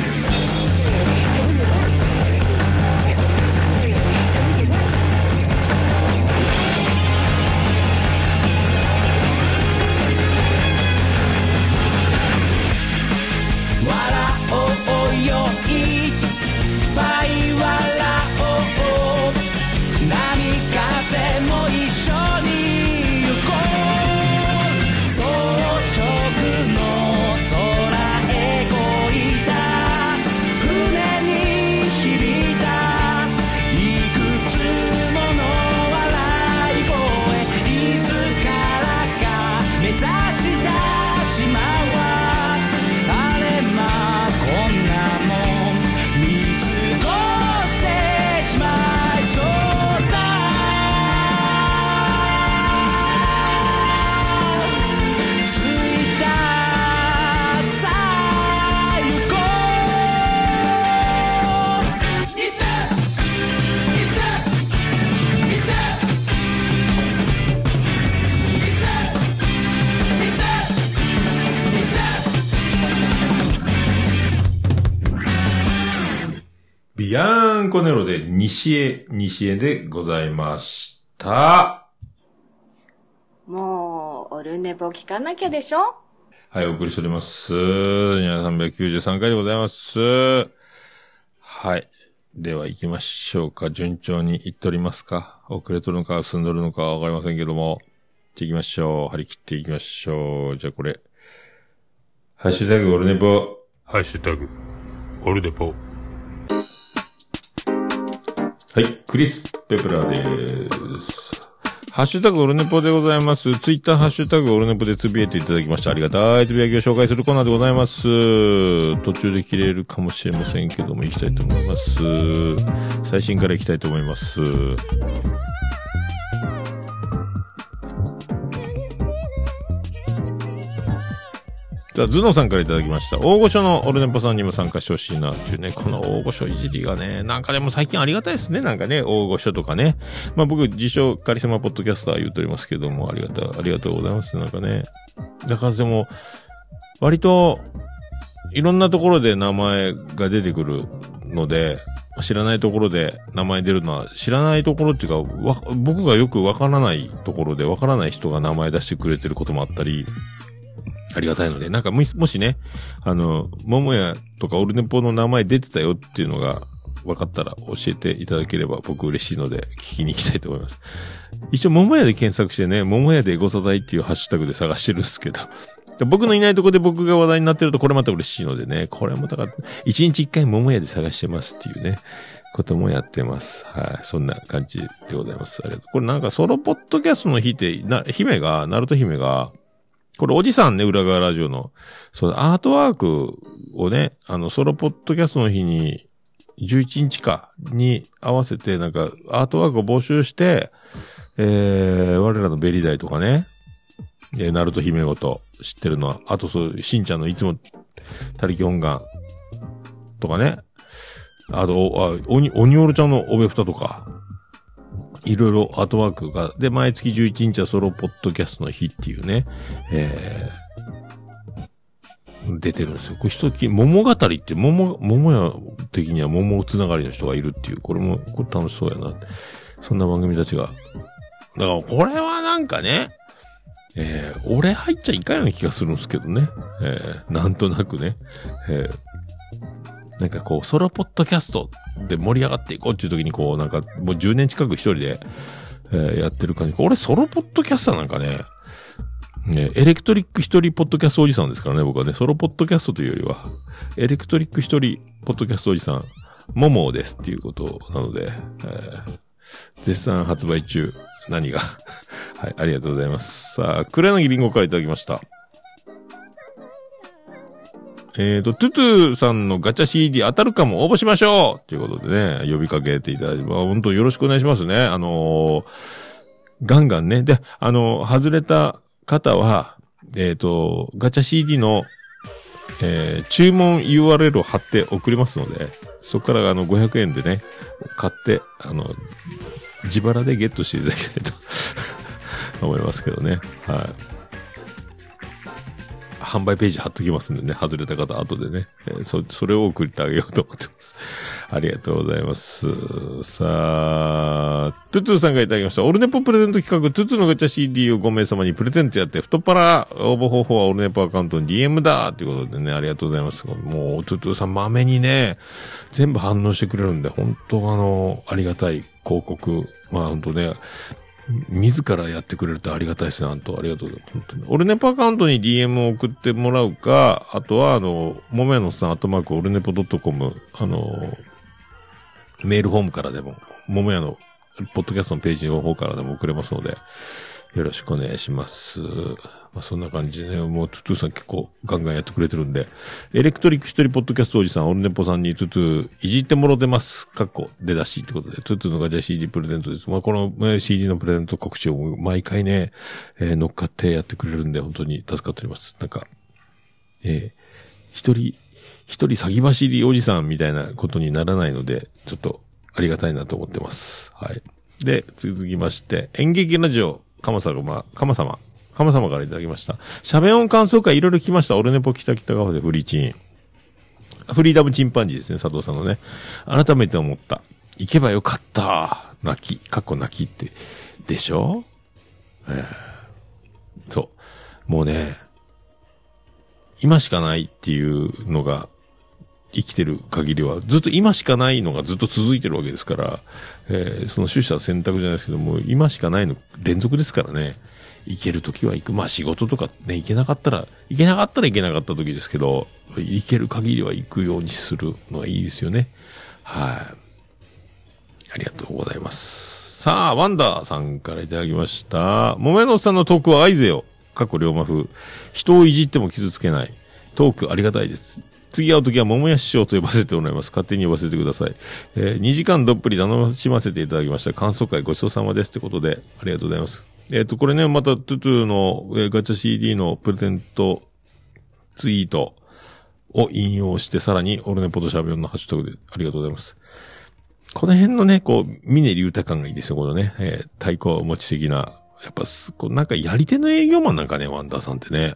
笑おうよいっぱい笑おう波風も一緒に行こう装飾の空へこいだ船に響いたいくつもの笑い声いつからか目指した島はあれまこんなもん見過ごしてしまいそうだ着いたさあ行こういざいざいざいざいざいざビアンコネロで西へでございました。 もう、オルネポ聞かなきゃでしょ？ はい、お送りしております。393回でございます。はい。では行きましょうか。順調に行っておりますか。遅れとるのか進んどるのかわかりませんけども。行きましょう。張り切っていきましょう。じゃあこれ。ハッシュタグオルネポ。ハッシュタグオルネポ。はい、クリス・ペプラーです。ハッシュタグオルネポでございます。ツイッターハッシュタグオルネポでつぶやいていただきました。ありがたいつぶやきを紹介するコーナーでございます。途中で切れるかもしれませんけども、行きたいと思います。最新から行きたいと思います。じゃあ、ズノさんからいただきました。大御所のオルネポさんにも参加してほしいなっていうね、この大御所いじりがね、なんかでも最近ありがたいですね、なんかね、大御所とかね。まあ僕、自称カリスマポッドキャスター言うとおりますけども、ありがとうございます、なんかね。だからでも、割と、いろんなところで名前が出てくるので、知らないところで名前出るのは、知らないところっていうか、僕がよくわからないところでわからない人が名前出してくれてることもあったり、ありがたいので、なんかもしね、桃屋とかオルネポの名前出てたよっていうのが分かったら教えていただければ僕嬉しいので聞きに行きたいと思います。一応桃屋で検索してね、桃屋でエゴサ大っていうハッシュタグで探してるんですけど、僕のいないとこで僕が話題になってるとこれまた嬉しいのでね、これもだから、一日一回桃屋で探してますっていうね、こともやってます。はい。そんな感じでございます。ありがとう。これなんかソロポッドキャストの日って、ナルト姫が、これおじさんね、裏側ラジオの、アートワークをね、ソロポッドキャストの日に、11日かに合わせて、なんか、アートワークを募集して、我らのベリダイとかね、ナルト姫ごと知ってるのは、あとしんちゃんのいつも、他力本願とかね、あと、オニオルちゃんのおべふたとか、いろいろアートワークが、で、毎月11日はソロポッドキャストの日っていうね、出てるんですよ。これ桃語りって桃屋的には桃つながりの人がいるっていう、これ楽しそうやな。そんな番組たちが。だからこれはなんかね、 俺入っちゃいかんような気がするんですけどね。なんとなくね。なんかこう、ソロポッドキャストで盛り上がっていこうっていう時にこう、なんかもう10年近く一人で、やってる感じ。俺ソロポッドキャスターなんかね、エレクトリック一人ポッドキャストおじさんですからね、僕はね、ソロポッドキャストというよりは、エレクトリック一人ポッドキャストおじさん、モモですっていうことなので、絶賛発売中、何が。はい、ありがとうございます。さあ、黒柳りんごからいただきました。トゥトゥさんのガチャ CD 当たるかも応募しましょうということでね、呼びかけていただいて、本当よろしくお願いしますね。ガンガンね。で、外れた方は、ガチャ CD の、注文 URL を貼って送りますので、そこから500円でね、買って、自腹でゲットしていただきたいと思いますけどね。はい。販売ページ貼っときますんでね、外れた方後でね、それを送ってあげようと思ってます。ありがとうございます。さあ、トゥトゥさんがいただきました。オルネポプレゼント企画、トゥトゥのガチャ CD を5名様にプレゼントやって、太っ腹応募方法はオルネポアカウントに DM だということでね、ありがとうございます。もう、トゥトゥさんまめにね、全部反応してくれるんで、本当ありがたい広告。まあ本当ね、自らやってくれるとありがたいですね。ありがとうございます。本当に。オルネポアカウントに DM を送ってもらうか、あとはもめのさんオルネポ .com、メールフォームからでも、もめやの、ポッドキャストのページの方からでも送れますので、よろしくお願いします。まあ、そんな感じでね、もうトゥトゥさん結構ガンガンやってくれてるんで、エレクトリック一人ポッドキャストおじさん、オルネポさんにトゥトゥいじってもろてます。出だしってことで、トゥトゥのガチャ CD プレゼントです。まあ、この CD のプレゼント告知を毎回ね、乗っかってやってくれるんで、本当に助かっております。なんか、一人詐欺走りおじさんみたいなことにならないので、ちょっとありがたいなと思ってます。はい。で、続きまして、演劇ラジオ、かま様からいただきました。しゃべ音感想会いろいろ聞きました。オルネポ北北川でフリーチン。フリーダムチンパンジーですね、佐藤さんのね。改めて思った。行けばよかった。泣きって。でしょ？そう。もうね、今しかないっていうのが、生きてる限りは、ずっと今しかないのがずっと続いてるわけですから、その取捨選択じゃないですけども、今しかないの連続ですからね。行けるときは行く。まあ仕事とかね、行けなかったら行けなかったときですけど、行ける限りは行くようにするのがいいですよね。はい。ありがとうございます。さあ、ワンダーさんからいただきました。もめのさんのトークは愛ぜよ。龍馬風。人をいじっても傷つけない。トークありがたいです。次会うときは桃屋師匠と呼ばせてもらいます。勝手に呼ばせてください。2時間どっぷり楽しませていただきました。感想会ごちそうさまですってことで、ありがとうございます。これね、またトゥトゥの、ガチャ CD のプレゼントツイートを引用して、さらにオルネポとしゃべりのハッシュタグでありがとうございます。この辺のね、こう、峰竜太感がいいですよ、このね、太鼓持ち的な。やっぱ、なんかやり手の営業マンなんかね、ワンダーさんってね。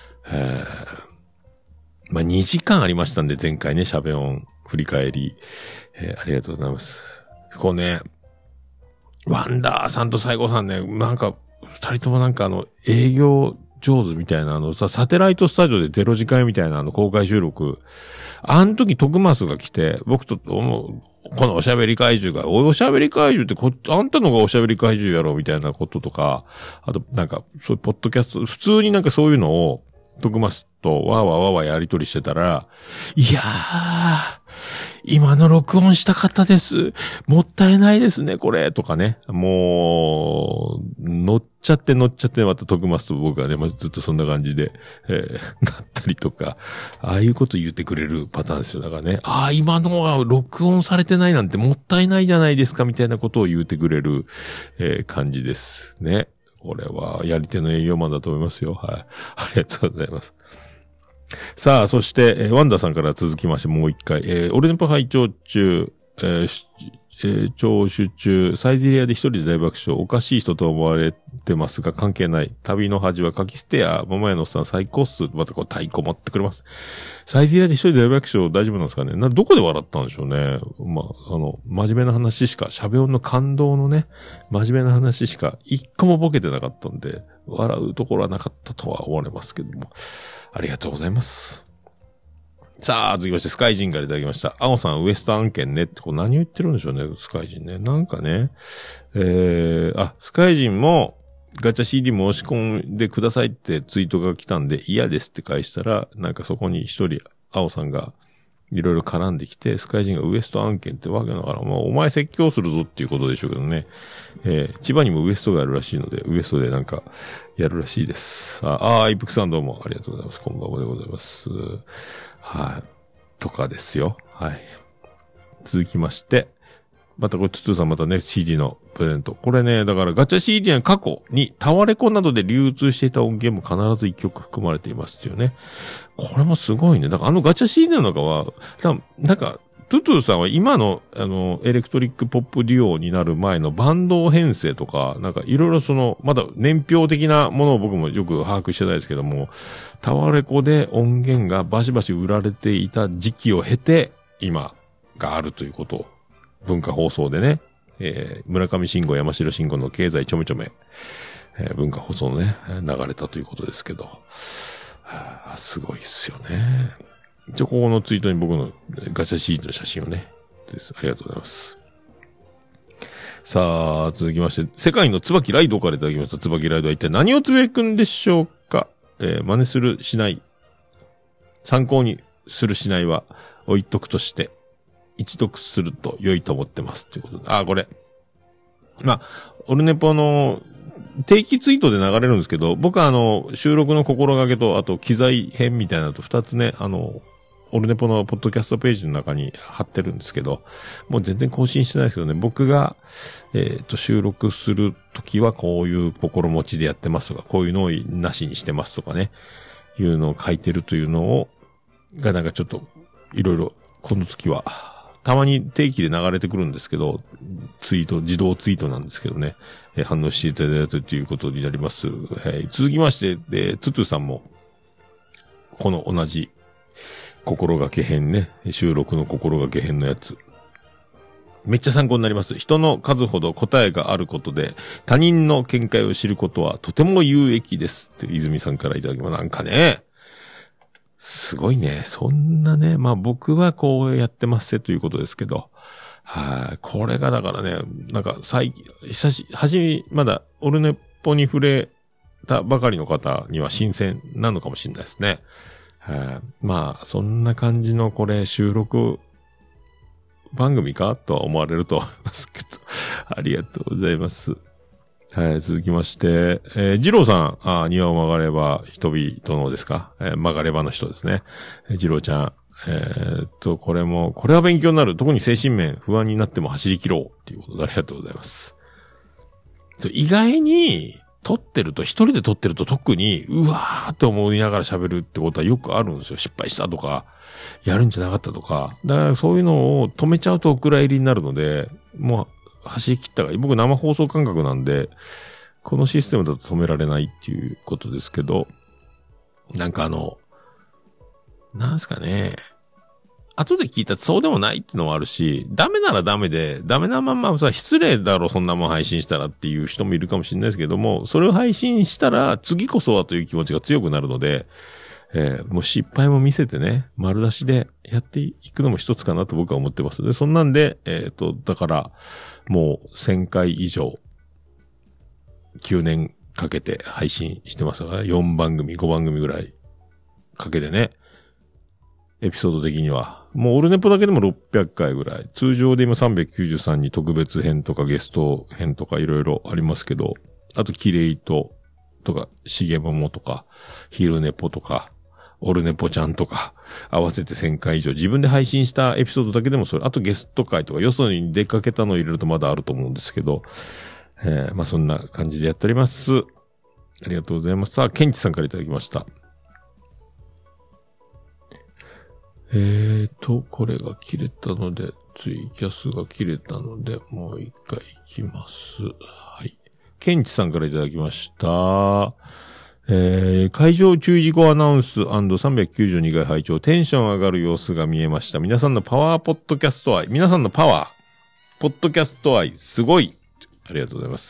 まあ、2時間ありましたんで、前回ね、しゃべ音振り返り。ありがとうございます。こうね、ワンダーさんと西郷さんね、なんか、二人ともなんか営業上手みたいなサテライトスタジオで0時間みたいな公開収録。あの時徳マスが来て、僕と、このおしゃべり怪獣が、おしゃべり怪獣ってあんたのがおしゃべり怪獣やろみたいなこととか、あとなんか、そういうポッドキャスト、普通になんかそういうのを、徳マスとわーわーやりとりしてたら、いやー、今の録音したかったです。もったいないですね、これ。とかね。もう、乗っちゃってまた徳マスと僕はね、ずっとそんな感じで、なったりとか、ああいうこと言ってくれるパターンですよ。だからね、今のは録音されてないなんてもったいないじゃないですか、みたいなことを言ってくれる、感じですね。これはやり手の営業マンだと思いますよ。はい。ありがとうございます。さあ、そして、ワンダーさんから続きましてもう一回、オルネポ拝聴中、 聴取中、サイゼリアで一人で大爆笑、おかしい人と思われてますが関係ない。旅の恥は書き捨てや、桃屋のおっさん最高っす。またこう太鼓持ってくれます。サイゼリアで一人で大爆笑大丈夫なんですかね。どこで笑ったんでしょうね。まあ、真面目な話しか、喋音の感動のね、真面目な話しか、一個もボケてなかったんで、笑うところはなかったとは思われますけども。ありがとうございます。さあ、続きまして、スカイジンからいただきました。青さん、ウエスト案件ねって、これ何を言ってるんでしょうね、スカイジンね。なんかね、スカイジンも、ガチャ CD 申し込んでくださいってツイートが来たんで、嫌ですって返したら、なんかそこに一人、青さんが、いろいろ絡んできて、スカイジンがウエスト案件ってわけだから、まあ、お前説教するぞっていうことでしょうけどね。千葉にもウエストがあるらしいので、ウエストでなんか、やるらしいです。イプクさんどうもありがとうございます。こんばんはでございます。はい。とかですよ。はい。続きまして。またこれ、トゥトゥさんまたね、CD のプレゼント。これね、だからガチャ CD は過去にタワレコなどで流通していた音源も必ず1曲含まれていますっていうね。これもすごいね。だからガチャ CD の中は、なんか、トゥトゥさんは今の、エレクトリックポップデュオになる前のバンド編成とか、なんかいろいろまだ年表的なものを僕もよく把握してないですけども、タワレコで音源がバシバシ売られていた時期を経て、今があるということを、文化放送でね、村上信五、山城信五の経済ちょめちょめ、文化放送のね、流れたということですけど、すごいっすよね。一応ここのツイートに僕のガチャシートの写真をね、です。ありがとうございます。さあ、続きまして、世界の椿ライドからいただきました。椿ライドは一体何をつぶやくんでしょうか。真似する、しない。参考にする、しないは置いとくとして、一読すると良いと思ってます。ということで。これ。まあ、オルネポの定期ツイートで流れるんですけど、僕は収録の心がけと、あと機材編みたいなのと二つね、オルネポのポッドキャストページの中に貼ってるんですけど、もう全然更新してないですけどね、僕が、収録するときはこういう心持ちでやってますとか、こういうのをなしにしてますとかね、いうのを書いてるというのを、がなんかちょっと、いろいろ、この時は、たまに定期で流れてくるんですけど、自動ツイートなんですけどね、反応していただいたということになります。続きまして、トゥトゥさんも、この同じ、心がけ編ね、収録の心がけ編のやつ。めっちゃ参考になります。人の数ほど答えがあることで、他人の見解を知ることはとても有益です。って泉さんからいただきます。なんかね、すごいね。そんなね、まあ僕はこうやってますせということですけど、これがだからね、なんかまだオルネポに触れたばかりの方には新鮮なのかもしれないですね。まあ、そんな感じのこれ収録番組かとは思われると思いますけど、ありがとうございます。続きまして、二郎さん、庭を曲がれば人々のですか、曲がればの人ですね。二郎ちゃん、これは勉強になる。特に精神面、不安になっても走り切ろうっていうことでありがとうございます。意外に、一人で撮ってると特に、うわーって思いながら喋るってことはよくあるんですよ。失敗したとか、やるんじゃなかったとか。だからそういうのを止めちゃうとお蔵入りになるので、もう走り切ったが、僕生放送感覚なんで、このシステムだと止められないっていうことですけど、なんかなんすかね、後で聞いたらそうでもないってのもあるし、ダメならダメで、ダメなまんまさ、失礼だろ、そんなもん配信したらっていう人もいるかもしれないですけども、それを配信したら次こそはという気持ちが強くなるので、もう失敗も見せてね、丸出しでやっていくのも一つかなと僕は思ってます。で、そんなんで、だから、もう1000回以上、9年かけて配信してますから、4番組、5番組ぐらいかけてね、エピソード的には。もうオルネポだけでも600回ぐらい。通常で今393に特別編とかゲスト編とかいろいろありますけど、あとキレイトとか、シゲモモとか、ヒルネポとか、オルネポちゃんとか、合わせて1000回以上。自分で配信したエピソードだけでもそれ、あとゲスト回とか、よそに出かけたのを入れるとまだあると思うんですけど、まあそんな感じでやっております。ありがとうございます。さあ、ケンチさんからいただきました。 これが切れたので、ツイキャスが切れたので、もう一回いきます。はい。ケンチさんからいただきました。会場注意事項アナウンス &392 回拝聴、テンション上がる様子が見えました。皆さんのパワーポッドキャスト愛、皆さんのパワー、ポッドキャスト愛、すごい。ありがとうございます。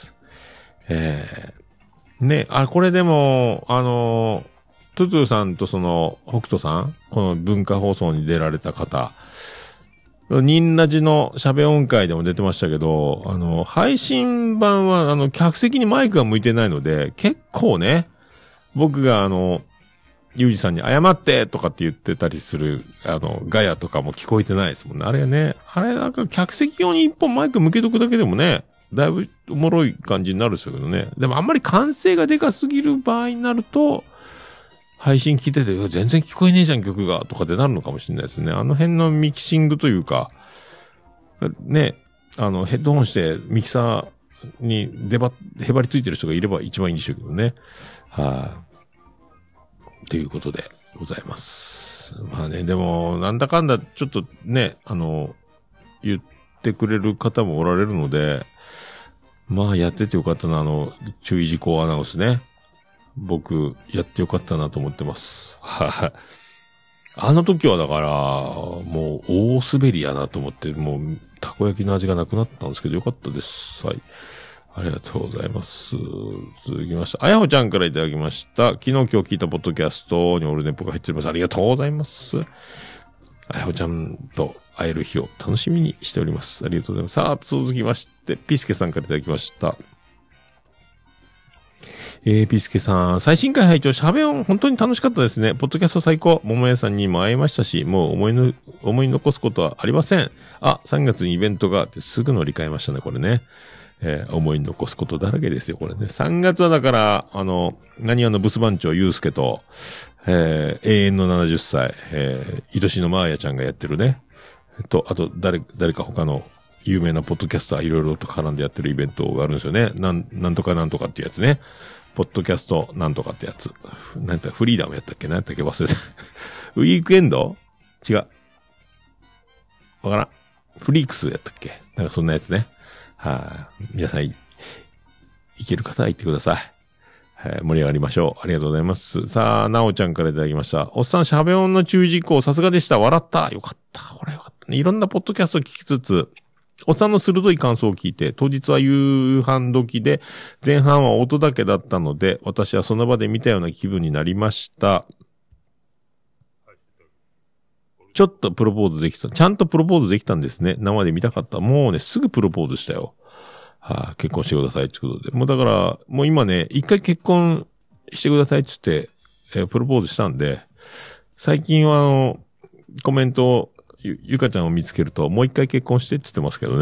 ね、これでも、トゥトゥさんと北斗さん、この文化放送に出られた方、ニンラジの喋音会でも出てましたけど、配信版は、客席にマイクが向いてないので、結構ね、僕がユージさんに謝ってとかって言ってたりする、ガヤとかも聞こえてないですもんね。あれね、なんか客席用に一本マイク向けとくだけでもね、だいぶおもろい感じになるんですけどね。でもあんまり歓声がでかすぎる場合になると、配信聞いてて、全然聞こえねえじゃん曲が、とかってなるのかもしれないですね。あの辺のミキシングというか、ね、ヘッドホンしてミキサーにへばりついてる人がいれば一番いいんでしょうけどね。ということでございます。まあね、でも、なんだかんだちょっとね、言ってくれる方もおられるので、まあやっててよかったな、注意事項アナウンスね。僕、やってよかったなと思ってます。はい。あの時はだから、もう大滑りやなと思って、もう、たこ焼きの味がなくなったんですけど、よかったです。はい。ありがとうございます。続きまして、あやほちゃんからいただきました。昨日今日聞いたポッドキャストにオルネポが入っております。ありがとうございます。あやほちゃんと会える日を楽しみにしております。ありがとうございます。さあ、続きまして、ピスケさんからいただきました。ピスケさん、最新回拝聴、喋音本当に楽しかったですね。ポッドキャスト最高。桃屋さんにも会いましたし、もう思い残すことはありません。3月にイベントがあってすぐ乗り換えましたね、これね。思い残すことだらけですよ、これね。3月はだから、何話のブス番長ゆうすけと、永遠の70歳、愛しのマーヤちゃんがやってるね。あと、誰か他の有名なポッドキャスターいろいろと絡んでやってるイベントがあるんですよね。なんとかなんとかってやつね。ポッドキャストなんとかってやつ。なんてフリーダムやったっけ？なんやったっけ？忘れた。ウィークエンド？違う。わからん。フリークスやったっけ？なんかそんなやつね。皆さん、行ける方は行ってください。盛り上がりましょう。ありがとうございます。さあ、なおちゃんからいただきました。おっさん、喋音の注意事項、さすがでした。笑った。よかった。これよかったね。いろんなポッドキャストを聞きつつ、おっさんの鋭い感想を聞いて、当日は夕飯時で、前半は音だけだったので、私はその場で見たような気分になりました。ちょっとプロポーズできた。ちゃんとプロポーズできたんですね。生で見たかった。もうね、すぐプロポーズしたよ。結婚してくださいってことで。もうだから、もう今ね、一回結婚してくださいって言って、プロポーズしたんで、最近はコメントを、ゆかちゃんを見つけると、もう一回結婚してって言ってますけどね。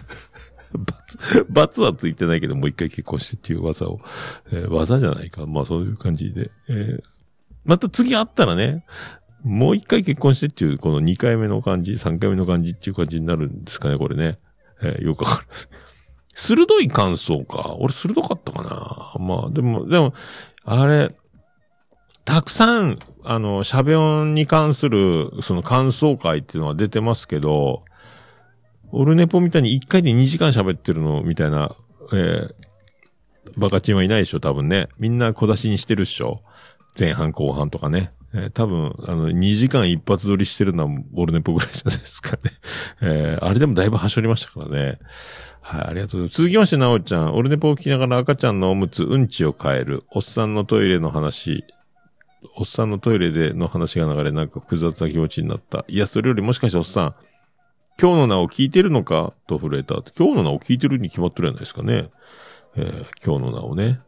罰はついてないけど、もう一回結婚してっていう技を、技じゃないか。まあそういう感じで。また次会ったらね、もう一回結婚してっていう、この2回目の感じ、3回目の感じっていう感じになるんですかね、これね。よくわかります。鋭い感想か。俺鋭かったかな。まあ、でも、あれ、たくさん、喋音に関する、その感想会っていうのは出てますけど、オルネポみたいに1回で2時間喋ってるのみたいな、バカチンはいないでしょ、多分ね。みんな小出しにしてるっしょ。前半後半とかね。多分、2時間一発撮りしてるのはオルネポぐらいじゃないですかね。あれでもだいぶはしょりましたからね。はい、ありがとうございます。続きまして、なおちゃん。オルネポを聞きながら赤ちゃんのおむつ、うんちを変える。おっさんのトイレでの話が流れ、なんか複雑な気持ちになった。いや、それよりもしかしておっさん、今日の名を聞いてるのかと震えた。今日の名を聞いてるに決まってるじゃないですかね。今日の名をね。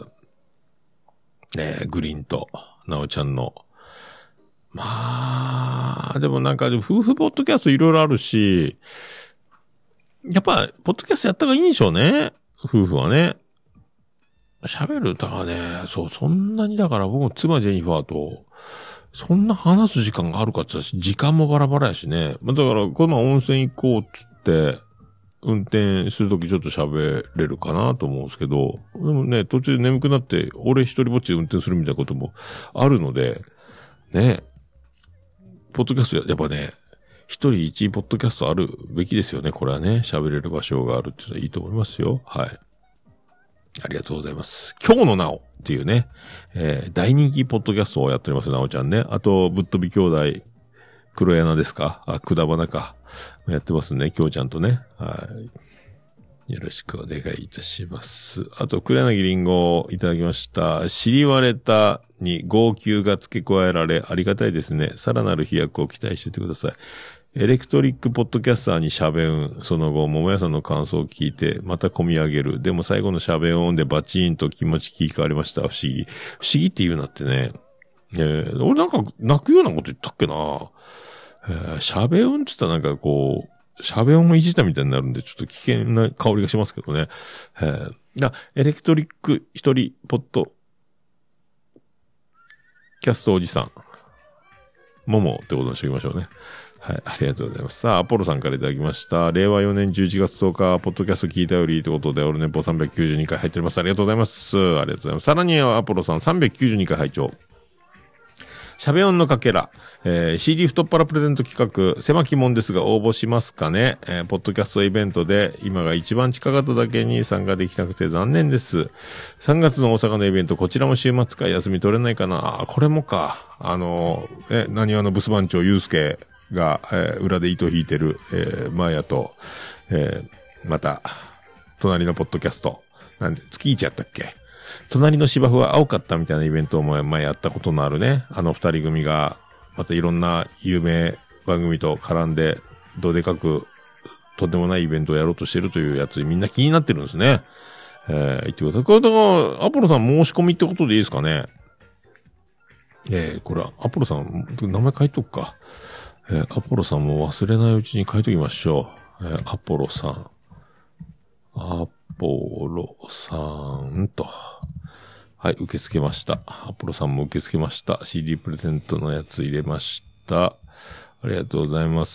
グリーンと、なおちゃんの。まあ、でもなんか、夫婦ポッドキャストいろいろあるし、やっぱ、ポッドキャストやった方がいいんでしょうね。夫婦はね。喋る歌がね、そんなにだから僕も妻ジェニファーと、そんな話す時間があるかって言ったら時間もバラバラやしね。だから、これ温泉行こうって言って、運転するときちょっと喋れるかなと思うんですけど、でもね、途中で眠くなって、俺一人ぼっちで運転するみたいなこともあるので、ね、 ポッドキャストやっぱね、一人一ポッドキャストあるべきですよね。これはね、喋れる場所があるっていうのはいいと思いますよ。はい。ありがとうございます。今日のなおっていうね、大人気ポッドキャストをやっております、なおちゃんね。あと、ぶっ飛び兄弟、黒柳ですか？くだばなか。やってますね、きょうちゃんとね。はい。よろしくお願いいたします。あと、黒柳りんごをいただきました。尻割れたに号泣が付け加えられ、ありがたいですね。さらなる飛躍を期待しててください。エレクトリックポッドキャスターに喋ん。その後、桃屋さんの感想を聞いて、また込み上げる。でも最後の喋ん音でバチーンと気持ち切り替わりました。不思議。不思議って言うなってね。俺なんか泣くようなこと言ったっけな。喋んって言ったらなんかこう、喋んをいじったみたいになるんで、ちょっと危険な香りがしますけどね。エレクトリック一人ポッドキャストおじさん。ももってことにしておきましょうね。はい、ありがとうございます。さあ、アポロさんからいただきました。令和4年11月10日、ポッドキャスト聞いたよりということで、オルネポ392回入っております。ありがとうございます。ありがとうございます。さらにアポロさん392回拝聴。しゃべ音のかけら、CD 太っ腹プレゼント企画、狭き門ですが応募しますかね。ポッドキャストイベントで、今が一番近かっただけに参加できなくて残念です。3月の大阪のイベント、こちらも週末か休み取れないかな。これもか。何話のブス番長ゆうすけが、裏で糸引いてる、マーヤと、また、隣のポッドキャスト。なんで、月1やったっけ？隣の芝生は青かったみたいなイベントを前やったことのあるね。二人組が、またいろんな有名番組と絡んで、どでかく、とんでもないイベントをやろうとしてるというやつにみんな気になってるんですね。言ってください。これだから、アポロさん申し込みってことでいいですかね。これ、アポロさん、名前書いとくか。アポロさんも忘れないうちに書いときましょう。アポロさん。アポロさんと。はい、受け付けました。アポロさんも受け付けました。CD プレゼントのやつ入れました。ありがとうございます。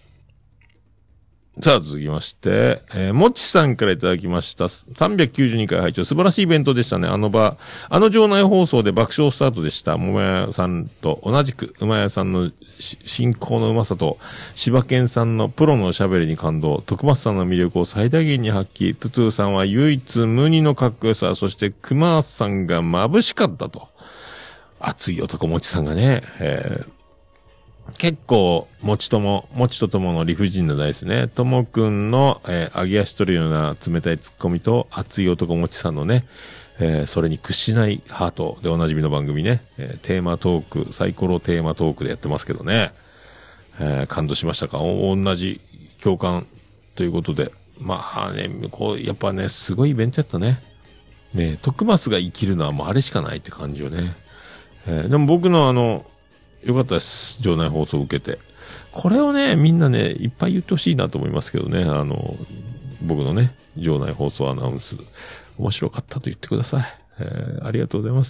さあ、続きまして、もちさんからいただきました。392回拝聴。素晴らしいイベントでしたね。場内放送で爆笑スタートでした。桃屋さんと同じく、馬屋さんの進行のうまさと、柴犬さんのプロのおしゃべりに感動、徳松さんの魅力を最大限に発揮、トゥトゥさんは唯一無二のかっこよさ、そして熊さんが眩しかったと。熱い男もちさんがね、結構、もちとともの理不尽な題ですね。ともくんの、揚げ足取るような冷たいツッコミと、熱い男もちさんのね、それに屈しないハートでおなじみの番組ね、テーマトーク、サイコロテーマトークでやってますけどね、感動しましたか？同じ共感ということで。まあね、やっぱね、すごいイベントやったね。ね、徳松が生きるのはもうあれしかないって感じよね。でも僕のよかったです。場内放送を受けて。これをね、みんなね、いっぱい言ってほしいなと思いますけどね。僕のね、場内放送アナウンス、面白かったと言ってください。ありがとうございます。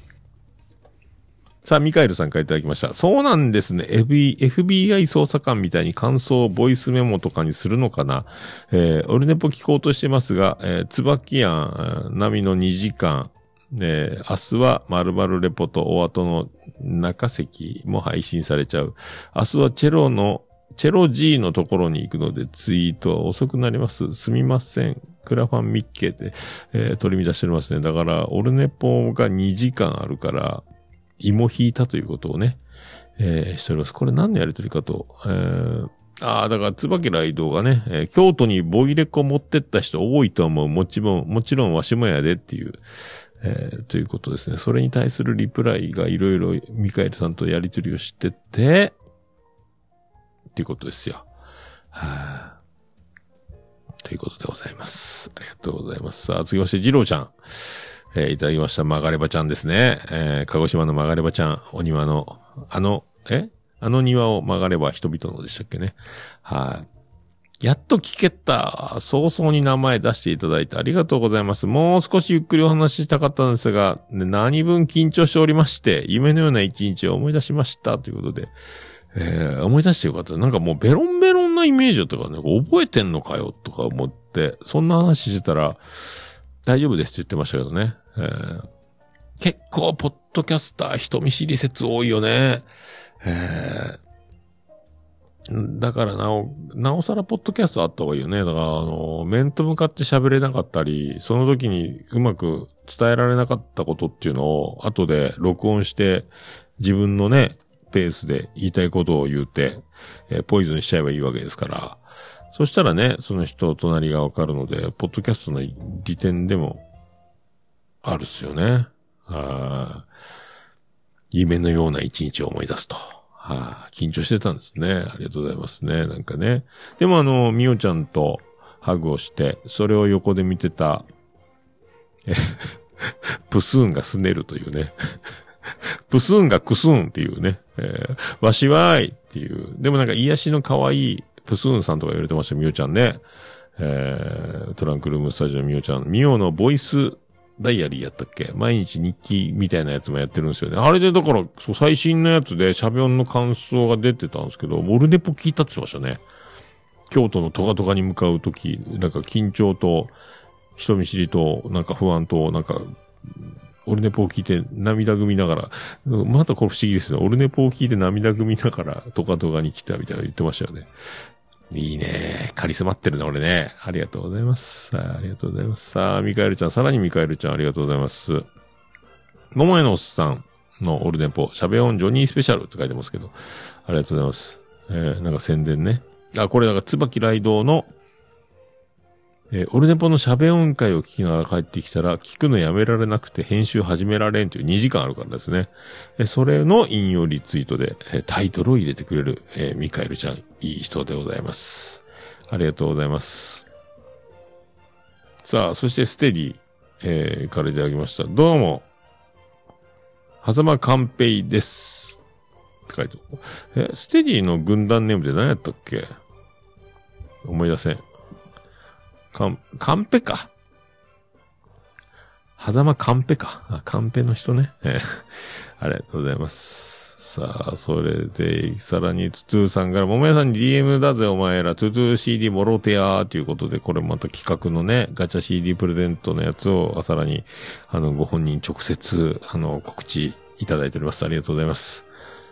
さあ、ミカエルさんからいただきました。そうなんですね。FBI 捜査官みたいに感想をボイスメモとかにするのかな。オルネポ聞こうとしてますが、椿庵並みの2時間、明日は〇〇レポとお後の中席も配信されちゃう。明日はチェロ G のところに行くのでツイートは遅くなります。すみません。クラファンミッケで、取り乱しておりますね。だから、オルネポが2時間あるから、芋引いたということをね、しております。これ何のやりとりかと、だから椿ライドがね、京都にボイレコ持ってった人多いと思う。もちろんわしもやでっていう、ということですね。それに対するリプライがいろいろミカエルさんとやりとりをしてて、っていうことですよ。ということでございます。ありがとうございます。さあ、次まして、ジローちゃん。いただきました。曲がればちゃんですね。鹿児島の曲がればちゃん、お庭の、あの庭を曲がれば人々のでしたっけね。やっと聞けた。早々に名前出していただいてありがとうございます。もう少しゆっくりお話ししたかったんですが、何分緊張しておりまして、夢のような一日を思い出しましたということで、思い出してよかった。なんかもうベロンベロンなイメージだったからね、覚えてんのかよとか思って、そんな話してたら、大丈夫ですって言ってましたけどね。結構、ポッドキャスター人見知り説多いよね。 だからなおさらポッドキャストあった方がいいよね。だから面と向かって喋れなかったり、その時にうまく伝えられなかったことっていうのを後で録音して自分のね、ペースで言いたいことを言って、ポイズンしちゃえばいいわけですから。そしたらね、その人隣がわかるので、ポッドキャストの利点でもあるっすよね。夢のような一日を思い出すと。緊張してたんですね。ありがとうございますね。なんかね。でもみおちゃんとハグをして、それを横で見てた、プスーンがすねるというね。プスーンがクスーンっていうね。わしわーいっていう。でもなんか癒しの可愛いプスーンさんとか言われてました、みおちゃんね。トランクルームスタジオのみおちゃん。みおのボイスダイアリーやったっけ？毎日日記みたいなやつもやってるんですよね。あれでだから、最新のやつでシャベオンの感想が出てたんですけど、オルネポ聞いたって言ってましたね。京都のトカトカに向かうとき、なんか緊張と、人見知りと、なんか不安と、なんか、オルネポを聞いて涙ぐみながら、またこれ不思議ですね。オルネポを聞いて涙ぐみながらトカトカに来たみたいな言ってましたよね。いいね。カリスマってるね、俺ね。ありがとうございます。ありがとうございます。さあ、ミカエルちゃん、さらにミカエルちゃん、ありがとうございます。桃屋のおっさんのオルネポ、シャベオンジョニースペシャルって書いてますけど、ありがとうございます。なんか宣伝ね。これなんか、椿雷道の、オルネポのシャベオン会を聞きながら帰ってきたら、聞くのやめられなくて編集始められんという2時間あるからですね。それの引用リツイートで、タイトルを入れてくれる、ミカエルちゃん、いい人でございます。ありがとうございます。さあ、そしてステディ、からいただきました。どうも、狭間寛平です。って書いてある。ステディの軍団ネームで何やったっけ？思い出せん。カンペか。狭間カンペか。カンペの人ね。ありがとうございます。さあ、それで、さらに、トゥトゥさんから、桃屋さんに DM だぜ、お前ら、トゥトゥ CD もろてやーということで、これまた企画のね、ガチャ CD プレゼントのやつを、さらに、ご本人直接、告知いただいております。ありがとうございます。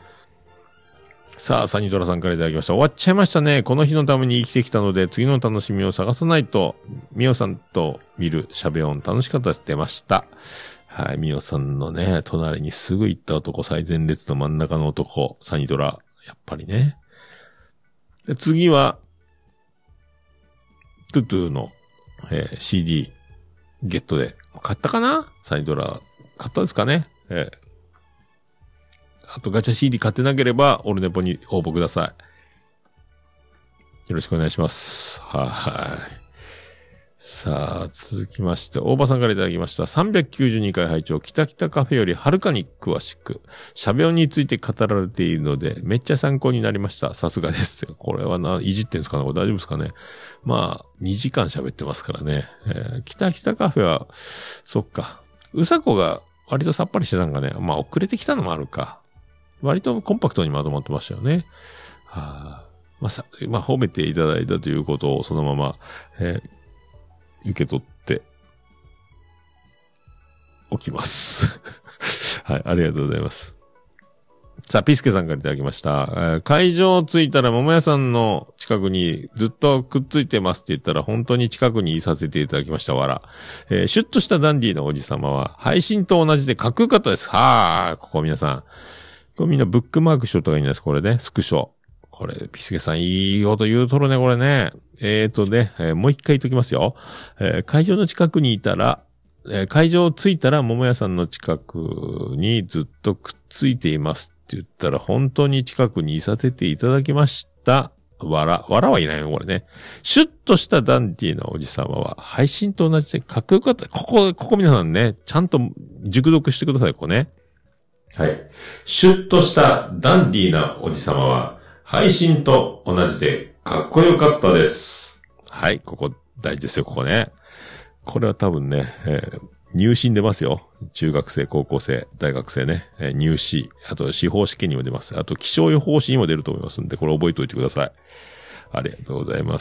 さあ、サニドラさんからいただきました。終わっちゃいましたね。この日のために生きてきたので、次の楽しみを探さないと、ミオさんと見るシャベオン楽しかったです。出ました。はい、ミオさんのね、隣にすぐ行った男、最前列の真ん中の男、サニドラ。やっぱりね。で次は、トゥトゥの、CD、ゲットで。買ったかな？サニドラ。買ったですかね？あとガチャ CD 買ってなければ、オルネポに応募ください。よろしくお願いします。はい。さあ、続きまして、大場さんからいただきました。392回拝聴、北北カフェよりはるかに詳しく、シャベオンについて語られているので、めっちゃ参考になりました。さすがです。これはいじってんすかね？これ大丈夫ですかね？まあ、2時間喋ってますからね。北北カフェは、そっか。うさこが割とさっぱりしてたんかね。まあ、遅れてきたのもあるか。割とコンパクトにまとまってましたよね。まあ、褒めていただいたということをそのまま、受け取っておきます。はい、ありがとうございます。さあ、ピスケさんからいただきました。会場着いたら桃屋さんの近くにずっとくっついてますって言ったら本当に近くにいさせていただきました。わら。シュッとしたダンディーなおじさまは配信と同じでかっこよかったです。ここ皆さん。これみんなブックマークしとった方がいいんです。これね、スクショ。これ、ピスケさんいいこと言うとるね、これね。もう一回言っときますよ。会場の近くにいたら、会場着いたら桃屋さんの近くにずっとくっついていますって言ったら本当に近くにいさせていただきました。わらはいないのこれね。シュッとしたダンディーなおじさまは配信と同じでかっこよかった。ここ皆さんね、ちゃんと熟読してください、ここね。はい。シュッとしたダンディーなおじさまは配信と同じでかっこよかったです。はい、ここ大事ですよ、ここね。これは多分ね、入試に出ますよ。中学生、高校生、大学生ね。入試、あと司法試験にも出ます。あと気象予報士にも出ると思いますんで、これ覚えておいてください。ありがとうございます。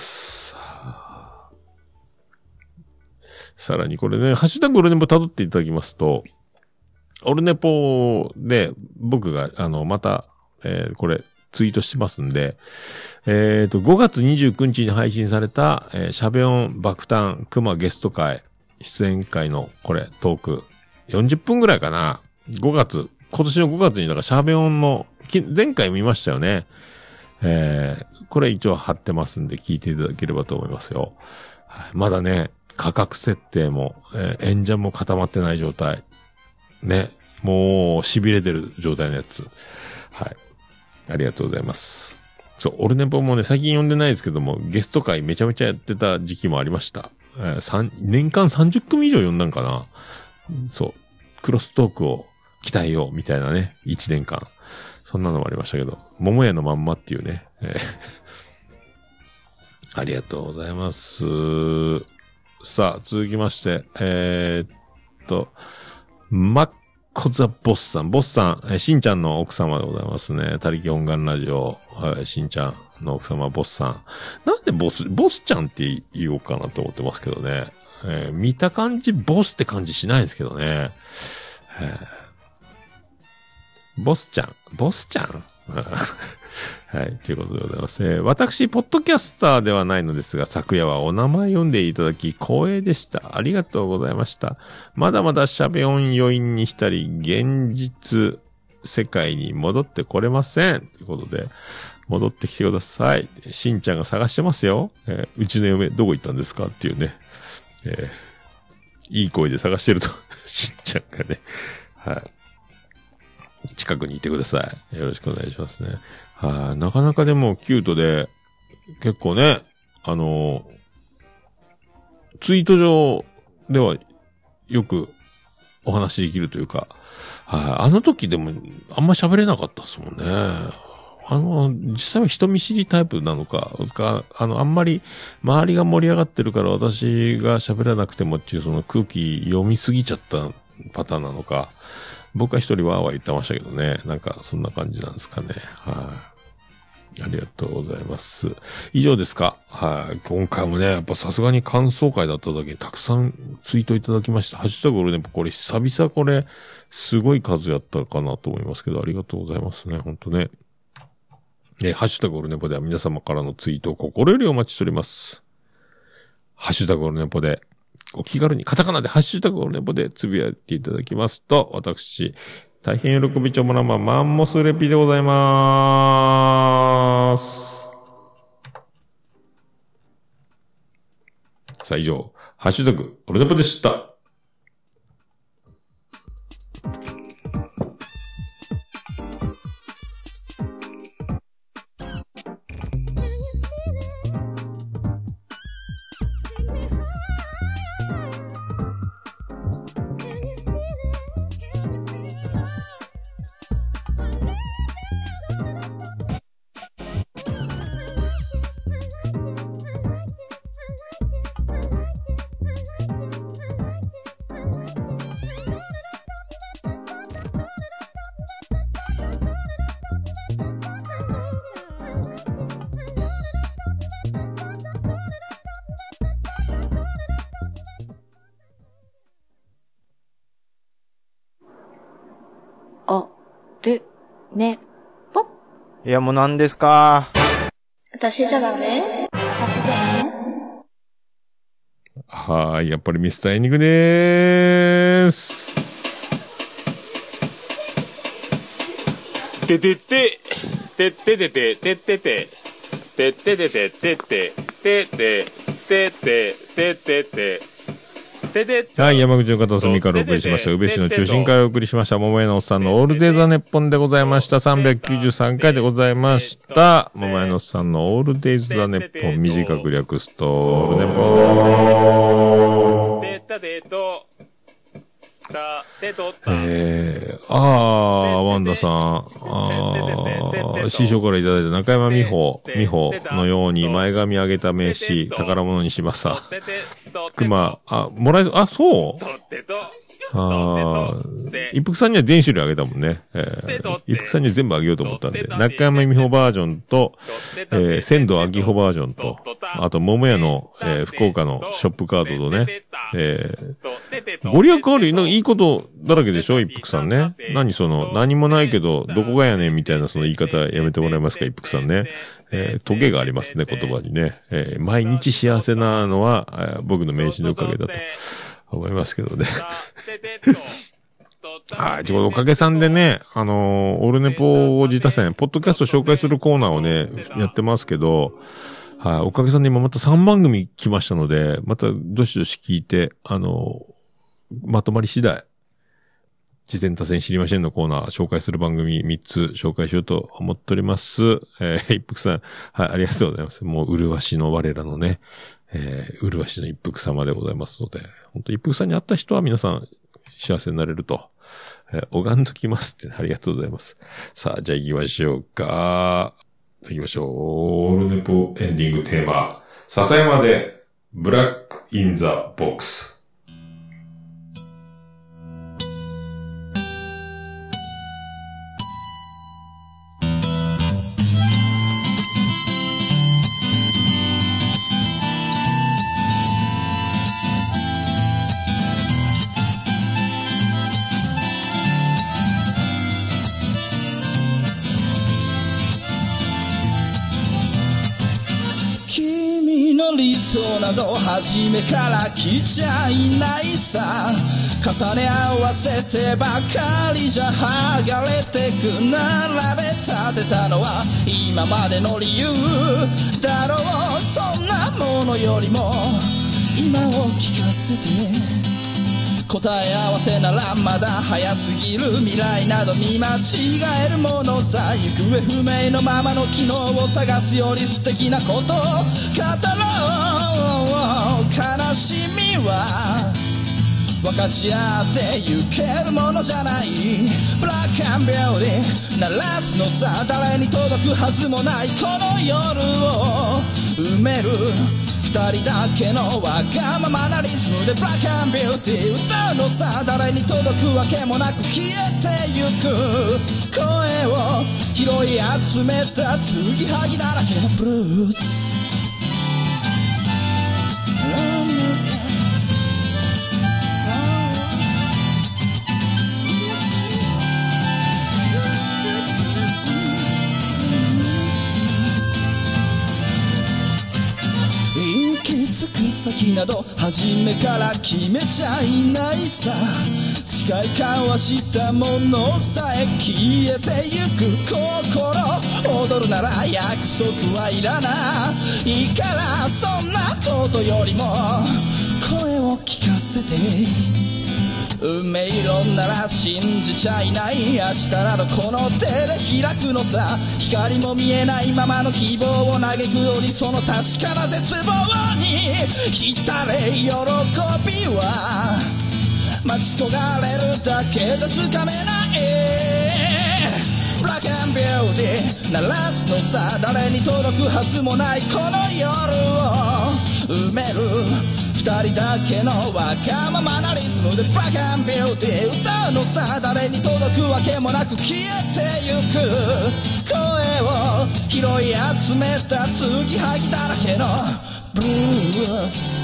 さらにこれね、ハッシュタグオルネポ辿っていただきますと、オルネポで僕がまたこれ、ツイートしてますんで、5月29日に配信された、シャベオン爆誕熊ゲスト会、出演会の、これ、トーク、40分ぐらいかな。今年の5月に、だからシャベオンの、前回見ましたよね。これ一応貼ってますんで、聞いていただければと思いますよ。はい、まだね、価格設定も、演者も固まってない状態。ね。もう、痺れてる状態のやつ。はい。ありがとうございます。そう、オルネポもね、最近読んでないですけども、ゲスト会めちゃめちゃやってた時期もありました。年間30組以上読んだんかな。そう、クロストークを鍛えようみたいなね、1年間。そんなのもありましたけど、桃屋のまんまっていうね。ありがとうございます。さあ、続きまして、マッコザボスさん、しんちゃんの奥様でございますね。他力本願ラジオ、しんちゃんの奥様、ボスさん。なんでボスちゃんって言おうかなと思ってますけどね。見た感じ、ボスって感じしないですけどね。ボスちゃんはい、ということでございます。私、ポッドキャスターではないのですが、昨夜はお名前読んでいただき光栄でした。ありがとうございました。まだまだシャベオン余韻に浸り、現実世界に戻ってこれません。ということで、戻ってきてください。しんちゃんが探してますよ。うちの嫁、どこ行ったんですかっていうね。いい声で探してると、しんちゃんがね。はい。近くにいてください。よろしくお願いしますね。はい、なかなかでもキュートで、結構ね、ツイート上ではよくお話できるというか、あの時でもあんま喋れなかったですもんね。実際は人見知りタイプなのか、あんまり周りが盛り上がってるから私が喋らなくてもっていうその空気読みすぎちゃったパターンなのか、僕は一人わーわー言ってましたけどね。なんか、そんな感じなんですかね。はい。ありがとうございます。以上ですか？はい。今回もね、やっぱさすがに感想会だっただけにたくさんツイートいただきました。ハッシュタグ俺ね、これ久々これ、すごい数やったかなと思いますけど、ありがとうございますね。ほんとね。ハッシュタグオルネポでは皆様からのツイートを心よりお待ちしております。ハッシュタグオルネポで、お気軽にカタカナでハッシュタグオルネポでつぶやいていただきますと、私、大変喜びちょもらまマンモスレピでございまーす。さあ以上、ハッシュタグオルネポでした。 ね、ぽっ。 いや、もう何ですか？ 私じゃダメ？ はい、やっぱりミスターエンディングでーす。ててて、てててて、ててて、てててて、ててて、ててて、ててて、はい、山口の片隅からお送りしました。宇部市の中心からお送りしました。桃屋のおっさんのオールデイザネッポンでございました。393回でございました。桃屋のおっさんのオールデイザネッポン、短く略すと、オールネポワンダさん、師匠からいただいた中山美穂のように前髪上げた名刺、宝物にしました。熊、もらえそう？ 一服さんには電子類あげたもんね。一服さんには全部あげようと思ったんで、中山美穂バージョンと、仙道明穂バージョンと、あと桃屋の、福岡のショップカードとね、ご利益ある、なんかいいことだらけでしょ、一服さんね。何もないけど、どこがやねんみたいなその言い方やめてもらえますか、一服さんね。トゲがありますね、言葉にね。毎日幸せなのは、僕の名刺のおかげだと思いますけどね。はい。おかげさんでね、オルネポ自他戦、ポッドキャスト紹介するコーナーをね、やってますけど、はい。おかげさんで今また3番組来ましたので、またどしどし聞いて、まとまり次第、自然多戦知りませんのコーナー紹介する番組3つ紹介しようと思っております。一服さん、はい、ありがとうございます。もう、麗しの我らのね、麗しの一服様でございますので、本当一服さんに会った人は皆さん幸せになれると、拝んときますって、ありがとうございます。さあ、じゃあ行きましょうか。行きましょう。オールネポエンディングテーマ、笹山で、ブラックインザボックス。 理想など初めから来ちゃいないさ、重ね合わせてばかりじゃ剥がれてく、並べ立てたのは今までの理由だろう。そんなものよりも今を聞かせて、答え合わせならまだ早すぎる、未来など見間違えるものさ、行方不明のままの昨日を探すより素敵なことを語ろう。悲しみは分かち合ってゆけるものじゃない、ブラックアンビューティー鳴らすのさ、誰に届くはずもないこの夜を埋める二人だけのわがままなリズムでブラックアンビューティー歌うのさ、誰に届くわけもなく消えてゆく声を拾い集めた継ぎはぎだらけのブルース。先など初めから決めちゃいないさ、誓い交わしたものさえ消えてゆく心、踊るなら約束はいらないから、そんなことよりも声を聞かせて、運命論なら信じちゃいない、明日などこの手で開くのさ、光も見えないままの希望を嘆くより、その確かな絶望に浸れ喜びは待ち焦がれるだけじゃつかめない、ブラックアンビューティー鳴らすのさ、誰に届くはずもないこの夜を埋める二人だけのわがままなリズムでブラックアンビューティー歌うのさ、誰に届くわけもなく消えてゆく声を拾い集めた継ぎはぎだらけのブルース。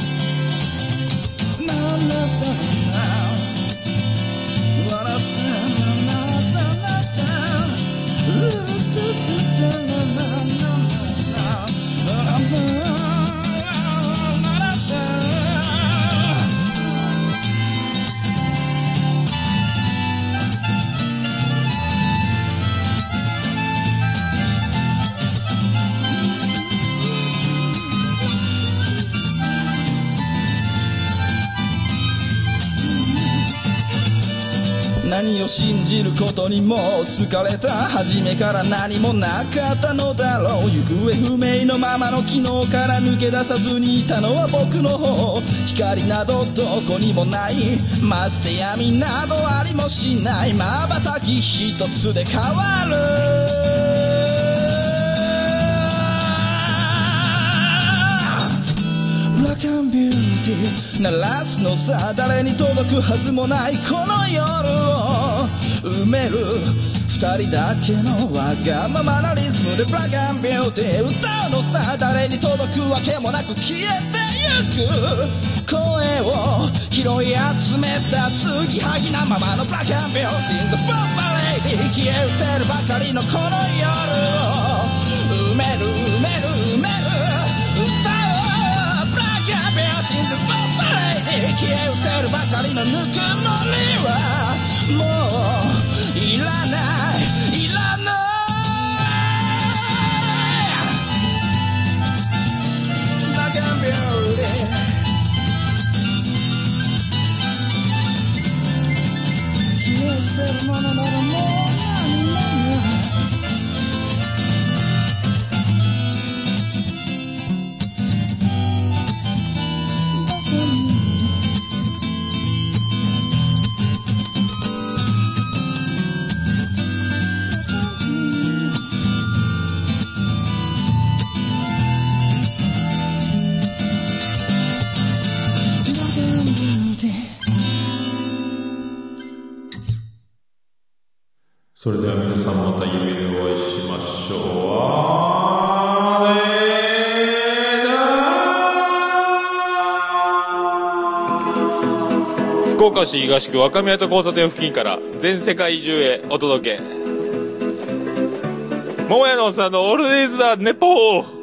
何を信じることにも疲れた、初めから何もなかったのだろう、行方不明のままの昨日から抜け出さずにいたのは僕の方、光などどこにもない、まして闇などありもしない、瞬き一つで変わるブラックアンビューティー鳴らすのさ、誰に届くはずもないこの夜を埋める二人だけのわがままなリズムでブラック&ビューティー歌うのさ、誰に届くわけもなく消えてゆく声を拾い集めた継ぎはぎなままのブラック&ビューティー The Bomb Lady 消え失せるばかりのこの夜を埋める埋める埋める歌をブラック&ビューティー The Bomb Lady 消え失せるばかりのぬくもりはもういらないいらないブラック&ビューティーser mono no mo それでは皆さんまた夢でお会いしましょう。福岡市東区若宮と交差点付近から全世界中へお届け。桃屋のおっさんのオールディーズ・ザ・ネポー。